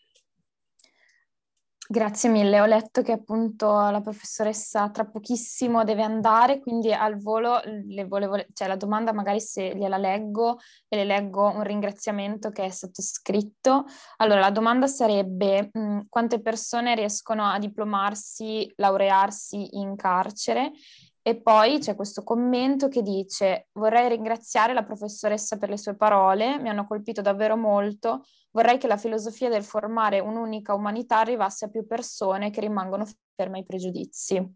Grazie mille, ho letto che appunto la professoressa tra pochissimo deve andare, quindi al volo le volevo, cioè la domanda magari se gliela leggo e le leggo un ringraziamento che è sottoscritto. Allora la domanda sarebbe mh, quante persone riescono a diplomarsi, laurearsi in carcere? E poi c'è questo commento che dice: vorrei ringraziare la professoressa per le sue parole, mi hanno colpito davvero molto. Vorrei che la filosofia del formare un'unica umanità arrivasse a più persone che rimangono ferme ai pregiudizi.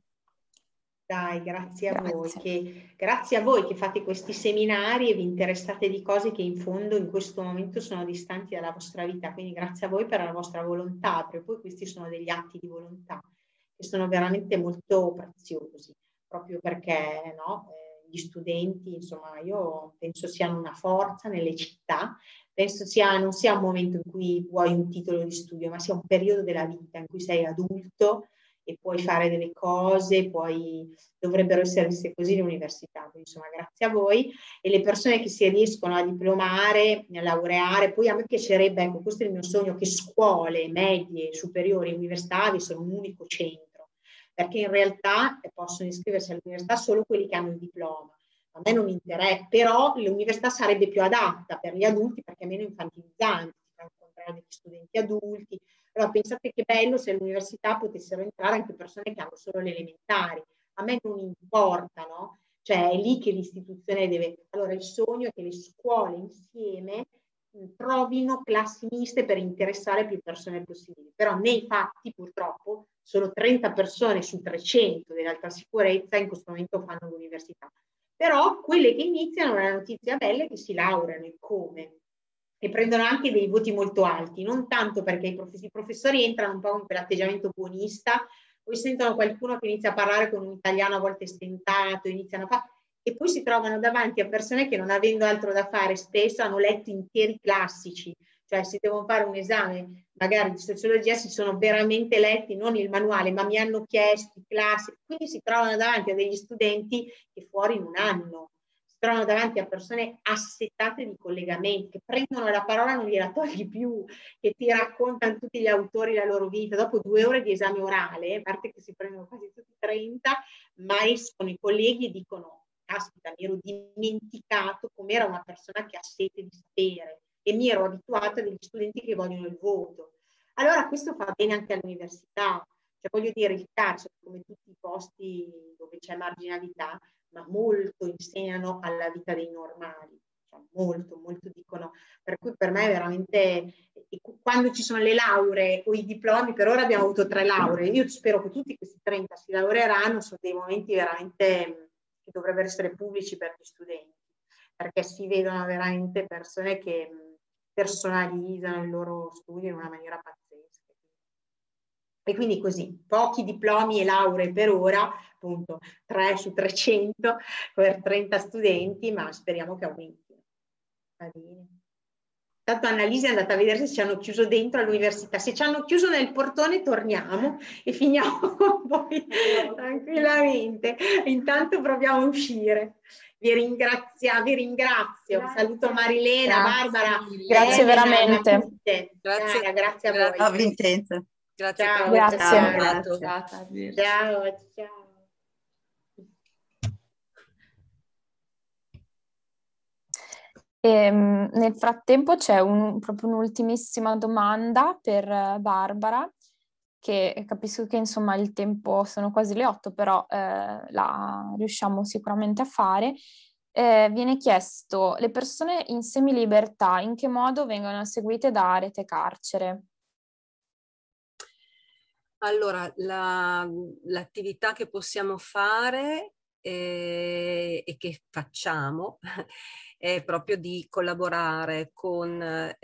Dai, grazie a Grazie. voi, che, grazie a voi che fate questi seminari e vi interessate di cose che in fondo in questo momento sono distanti dalla vostra vita, quindi grazie a voi per la vostra volontà, perché poi questi sono degli atti di volontà che sono veramente molto preziosi, proprio perché no, eh, gli studenti, insomma, io penso siano una forza nelle città, penso sia, non sia un momento in cui vuoi un titolo di studio, ma sia un periodo della vita in cui sei adulto e puoi fare delle cose, poi dovrebbero essere viste così le università. Quindi, insomma, grazie a voi e le persone che si riescono a diplomare, a laureare. Poi a me piacerebbe, ecco, questo è il mio sogno, che scuole medie, superiori, università avessero un unico centro, perché in realtà possono iscriversi all'università solo quelli che hanno il diploma. A me non interessa, però l'università sarebbe più adatta per gli adulti perché è meno infantilizzante, si fa incontrare degli studenti adulti. Allora pensate che bello se all'università potessero entrare anche persone che hanno solo le elementari. A me non importa, no? Cioè è lì che l'istituzione deve... Allora il sogno è che le scuole insieme trovino classi miste per interessare più persone possibili. Però nei fatti purtroppo solo trenta persone su trecento dell'alta sicurezza in questo momento fanno l'università. Però quelle che iniziano, la notizia bella è che si laureano e come? E prendono anche dei voti molto alti, non tanto perché i, prof- i professori entrano un po' con quell'atteggiamento buonista, poi sentono qualcuno che inizia a parlare con un italiano a volte stentato, iniziano a fare, e poi si trovano davanti a persone che non avendo altro da fare spesso hanno letto interi classici, cioè se devono fare un esame magari di sociologia si sono veramente letti non il manuale ma mi hanno chiesto i classici, quindi si trovano davanti a degli studenti che fuori non hanno. Trovano davanti a persone assetate di collegamenti, che prendono la parola e non gliela togli più, che ti raccontano tutti gli autori la loro vita. Dopo due ore di esame orale, a parte che si prendono quasi tutti trenta, ma escono i colleghi e dicono: caspita, mi ero dimenticato com'era una persona che ha sete di sapere e mi ero abituata a degli studenti che vogliono il voto. Allora questo fa bene anche all'università. Cioè, voglio dire, il carcere, come tutti i posti dove c'è marginalità, ma molto insegnano alla vita dei normali, cioè molto, molto dicono, per cui per me è veramente, quando ci sono le lauree o i diplomi, per ora abbiamo avuto tre lauree, io spero che tutti questi trenta si laureeranno, sono dei momenti veramente che dovrebbero essere pubblici per gli studenti, perché si vedono veramente persone che personalizzano il loro studio in una maniera pazzesca. E quindi così, pochi diplomi e lauree per ora, appunto tre su trecento per trenta studenti, ma speriamo che aumentino. Va bene. Tanto Annalisa è andata a vedere se ci hanno chiuso dentro all'università. Se ci hanno chiuso nel portone torniamo e finiamo con voi tranquillamente. Intanto proviamo a uscire. Vi ringrazio, vi ringrazio. Grazie. Saluto Marilena, grazie. Barbara. Grazie Elena, veramente. Grazie. Cara, grazie a voi. Ciao Vincenzo. Grazie ciao, per grazie. aver Grazie. parlato. Ciao, ciao. E, nel frattempo c'è un, proprio un'ultimissima domanda per Barbara, che capisco che insomma il tempo sono quasi le otto, però eh, la riusciamo sicuramente a fare. Eh, viene chiesto: le persone in semilibertà in che modo vengono seguite da Rete Carcere? Allora, la, l'attività che possiamo fare eh, e che facciamo è proprio di collaborare con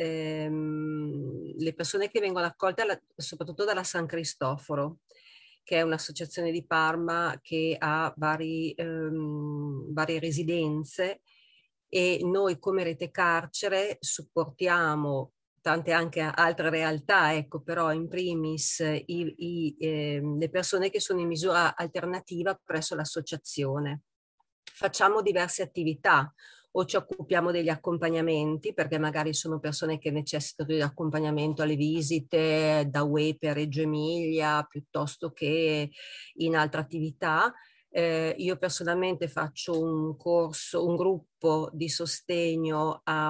ehm, le persone che vengono accolte alla, soprattutto dalla San Cristoforo, che è un'associazione di Parma che ha vari, ehm, varie residenze, e noi come Rete Carcere supportiamo tante anche altre realtà, ecco, però in primis i, i, eh, le persone che sono in misura alternativa presso l'associazione. Facciamo diverse attività, o ci occupiamo degli accompagnamenti, perché magari sono persone che necessitano di accompagnamento alle visite da U E P a Reggio Emilia, piuttosto che in altre attività. Eh, io personalmente faccio un corso, un gruppo di sostegno a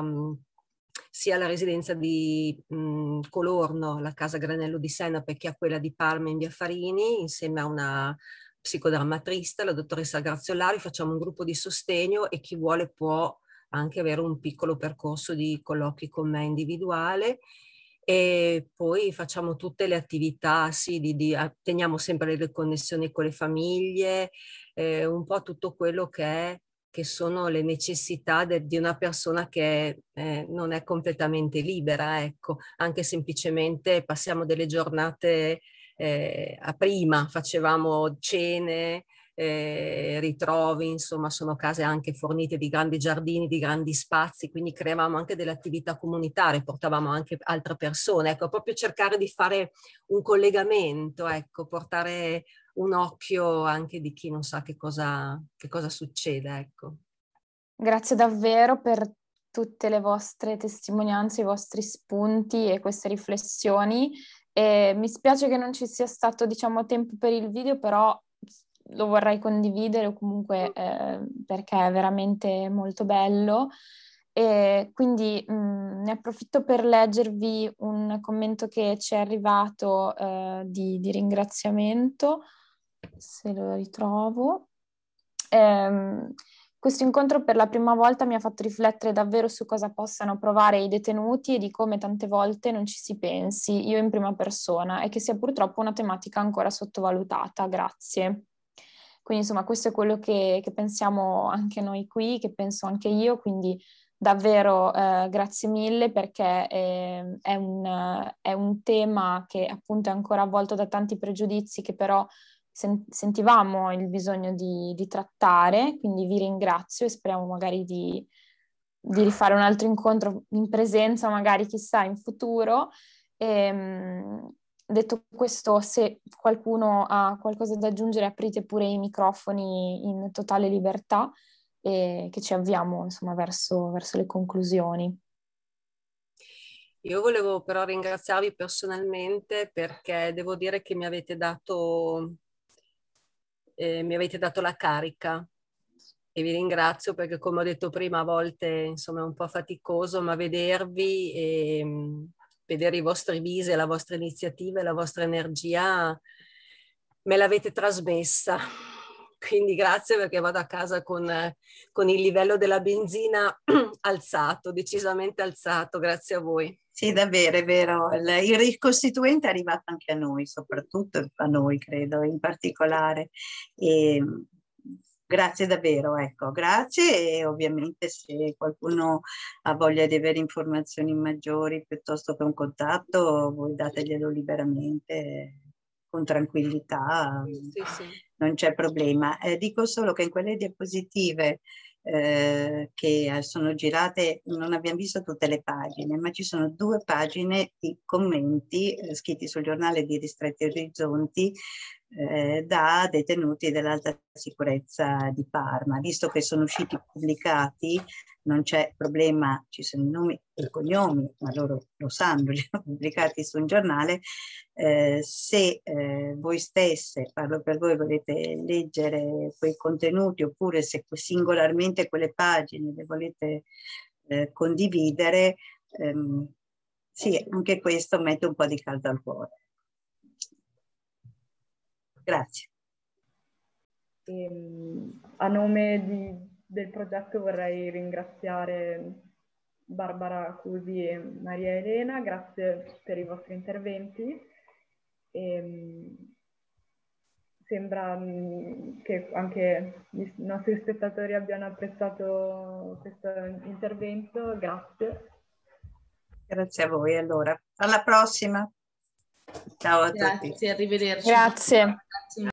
sia alla residenza di mh, Colorno, la Casa Granello di Senape, che a quella di Parma in via Farini, insieme a una psicodrammatrista, la dottoressa Graziolari. Facciamo un gruppo di sostegno e chi vuole può anche avere un piccolo percorso di colloqui con me individuale. E poi facciamo tutte le attività, sì, di, di, teniamo sempre le connessioni con le famiglie, eh, un po' tutto quello che è che sono le necessità de, di una persona che eh, non è completamente libera, ecco. Anche semplicemente passiamo delle giornate eh, a prima, facevamo cene, eh, ritrovi, insomma sono case anche fornite di grandi giardini, di grandi spazi, quindi creavamo anche delle attività comunitarie, portavamo anche altre persone, ecco, proprio cercare di fare un collegamento, ecco, portare un occhio anche di chi non sa che cosa, che cosa succede, ecco. Grazie davvero per tutte le vostre testimonianze, i vostri spunti e queste riflessioni. E mi spiace che non ci sia stato, diciamo, tempo per il video, però lo vorrei condividere comunque eh, perché è veramente molto bello. E quindi mh, ne approfitto per leggervi un commento che ci è arrivato eh, di, di ringraziamento, se lo ritrovo. Ehm, questo incontro per la prima volta mi ha fatto riflettere davvero su cosa possano provare i detenuti e di come tante volte non ci si pensi, io in prima persona, e che sia purtroppo una tematica ancora sottovalutata. Grazie. Quindi insomma questo è quello che, che pensiamo anche noi qui, che penso anche io, quindi davvero eh, grazie mille, perché eh, è, un, è un tema che appunto è ancora avvolto da tanti pregiudizi che però sentivamo il bisogno di, di trattare, quindi vi ringrazio e speriamo magari di, di rifare un altro incontro in presenza, magari chissà in futuro. E, detto questo, se qualcuno ha qualcosa da aggiungere, aprite pure i microfoni in totale libertà e che ci avviamo insomma verso, verso le conclusioni. Io volevo però ringraziarvi personalmente, perché devo dire che mi avete dato Eh, mi avete dato la carica e vi ringrazio, perché come ho detto prima a volte insomma è un po' faticoso, ma vedervi e mh, vedere i vostri visi, la vostra iniziativa e la vostra energia me l'avete trasmessa, quindi grazie, perché vado a casa con, con il livello della benzina alzato, decisamente alzato, grazie a voi. Sì, davvero, è vero. Il, il ricostituente è arrivato anche a noi, soprattutto a noi, credo, in particolare. E, grazie davvero, ecco, grazie, e ovviamente se qualcuno ha voglia di avere informazioni maggiori piuttosto che un contatto, voi dateglielo liberamente, con tranquillità, Sì, sì. Non c'è problema. Eh, dico solo che in quelle diapositive eh, che sono girate, non abbiamo visto tutte le pagine, ma ci sono due pagine di commenti eh, scritti sul giornale di Ristretti Orizzonti eh, da detenuti dell'alta sicurezza di Parma. Visto che sono usciti pubblicati, non c'è problema, ci sono i nomi e i cognomi, ma loro lo sanno, li hanno pubblicati su un giornale. Eh, se eh, voi stesse, parlo per voi, volete leggere quei contenuti, oppure se singolarmente quelle pagine le volete eh, condividere, ehm, sì, anche questo mette un po' di caldo al cuore. Grazie. E, a nome di, del progetto vorrei ringraziare Barbara Cusi e Maria Elena, grazie per i vostri interventi. E, sembra che anche i nostri spettatori abbiano apprezzato questo intervento, grazie. Grazie a voi, allora. Alla prossima. Ciao a Grazie, tutti. arrivederci. Grazie. Grazie.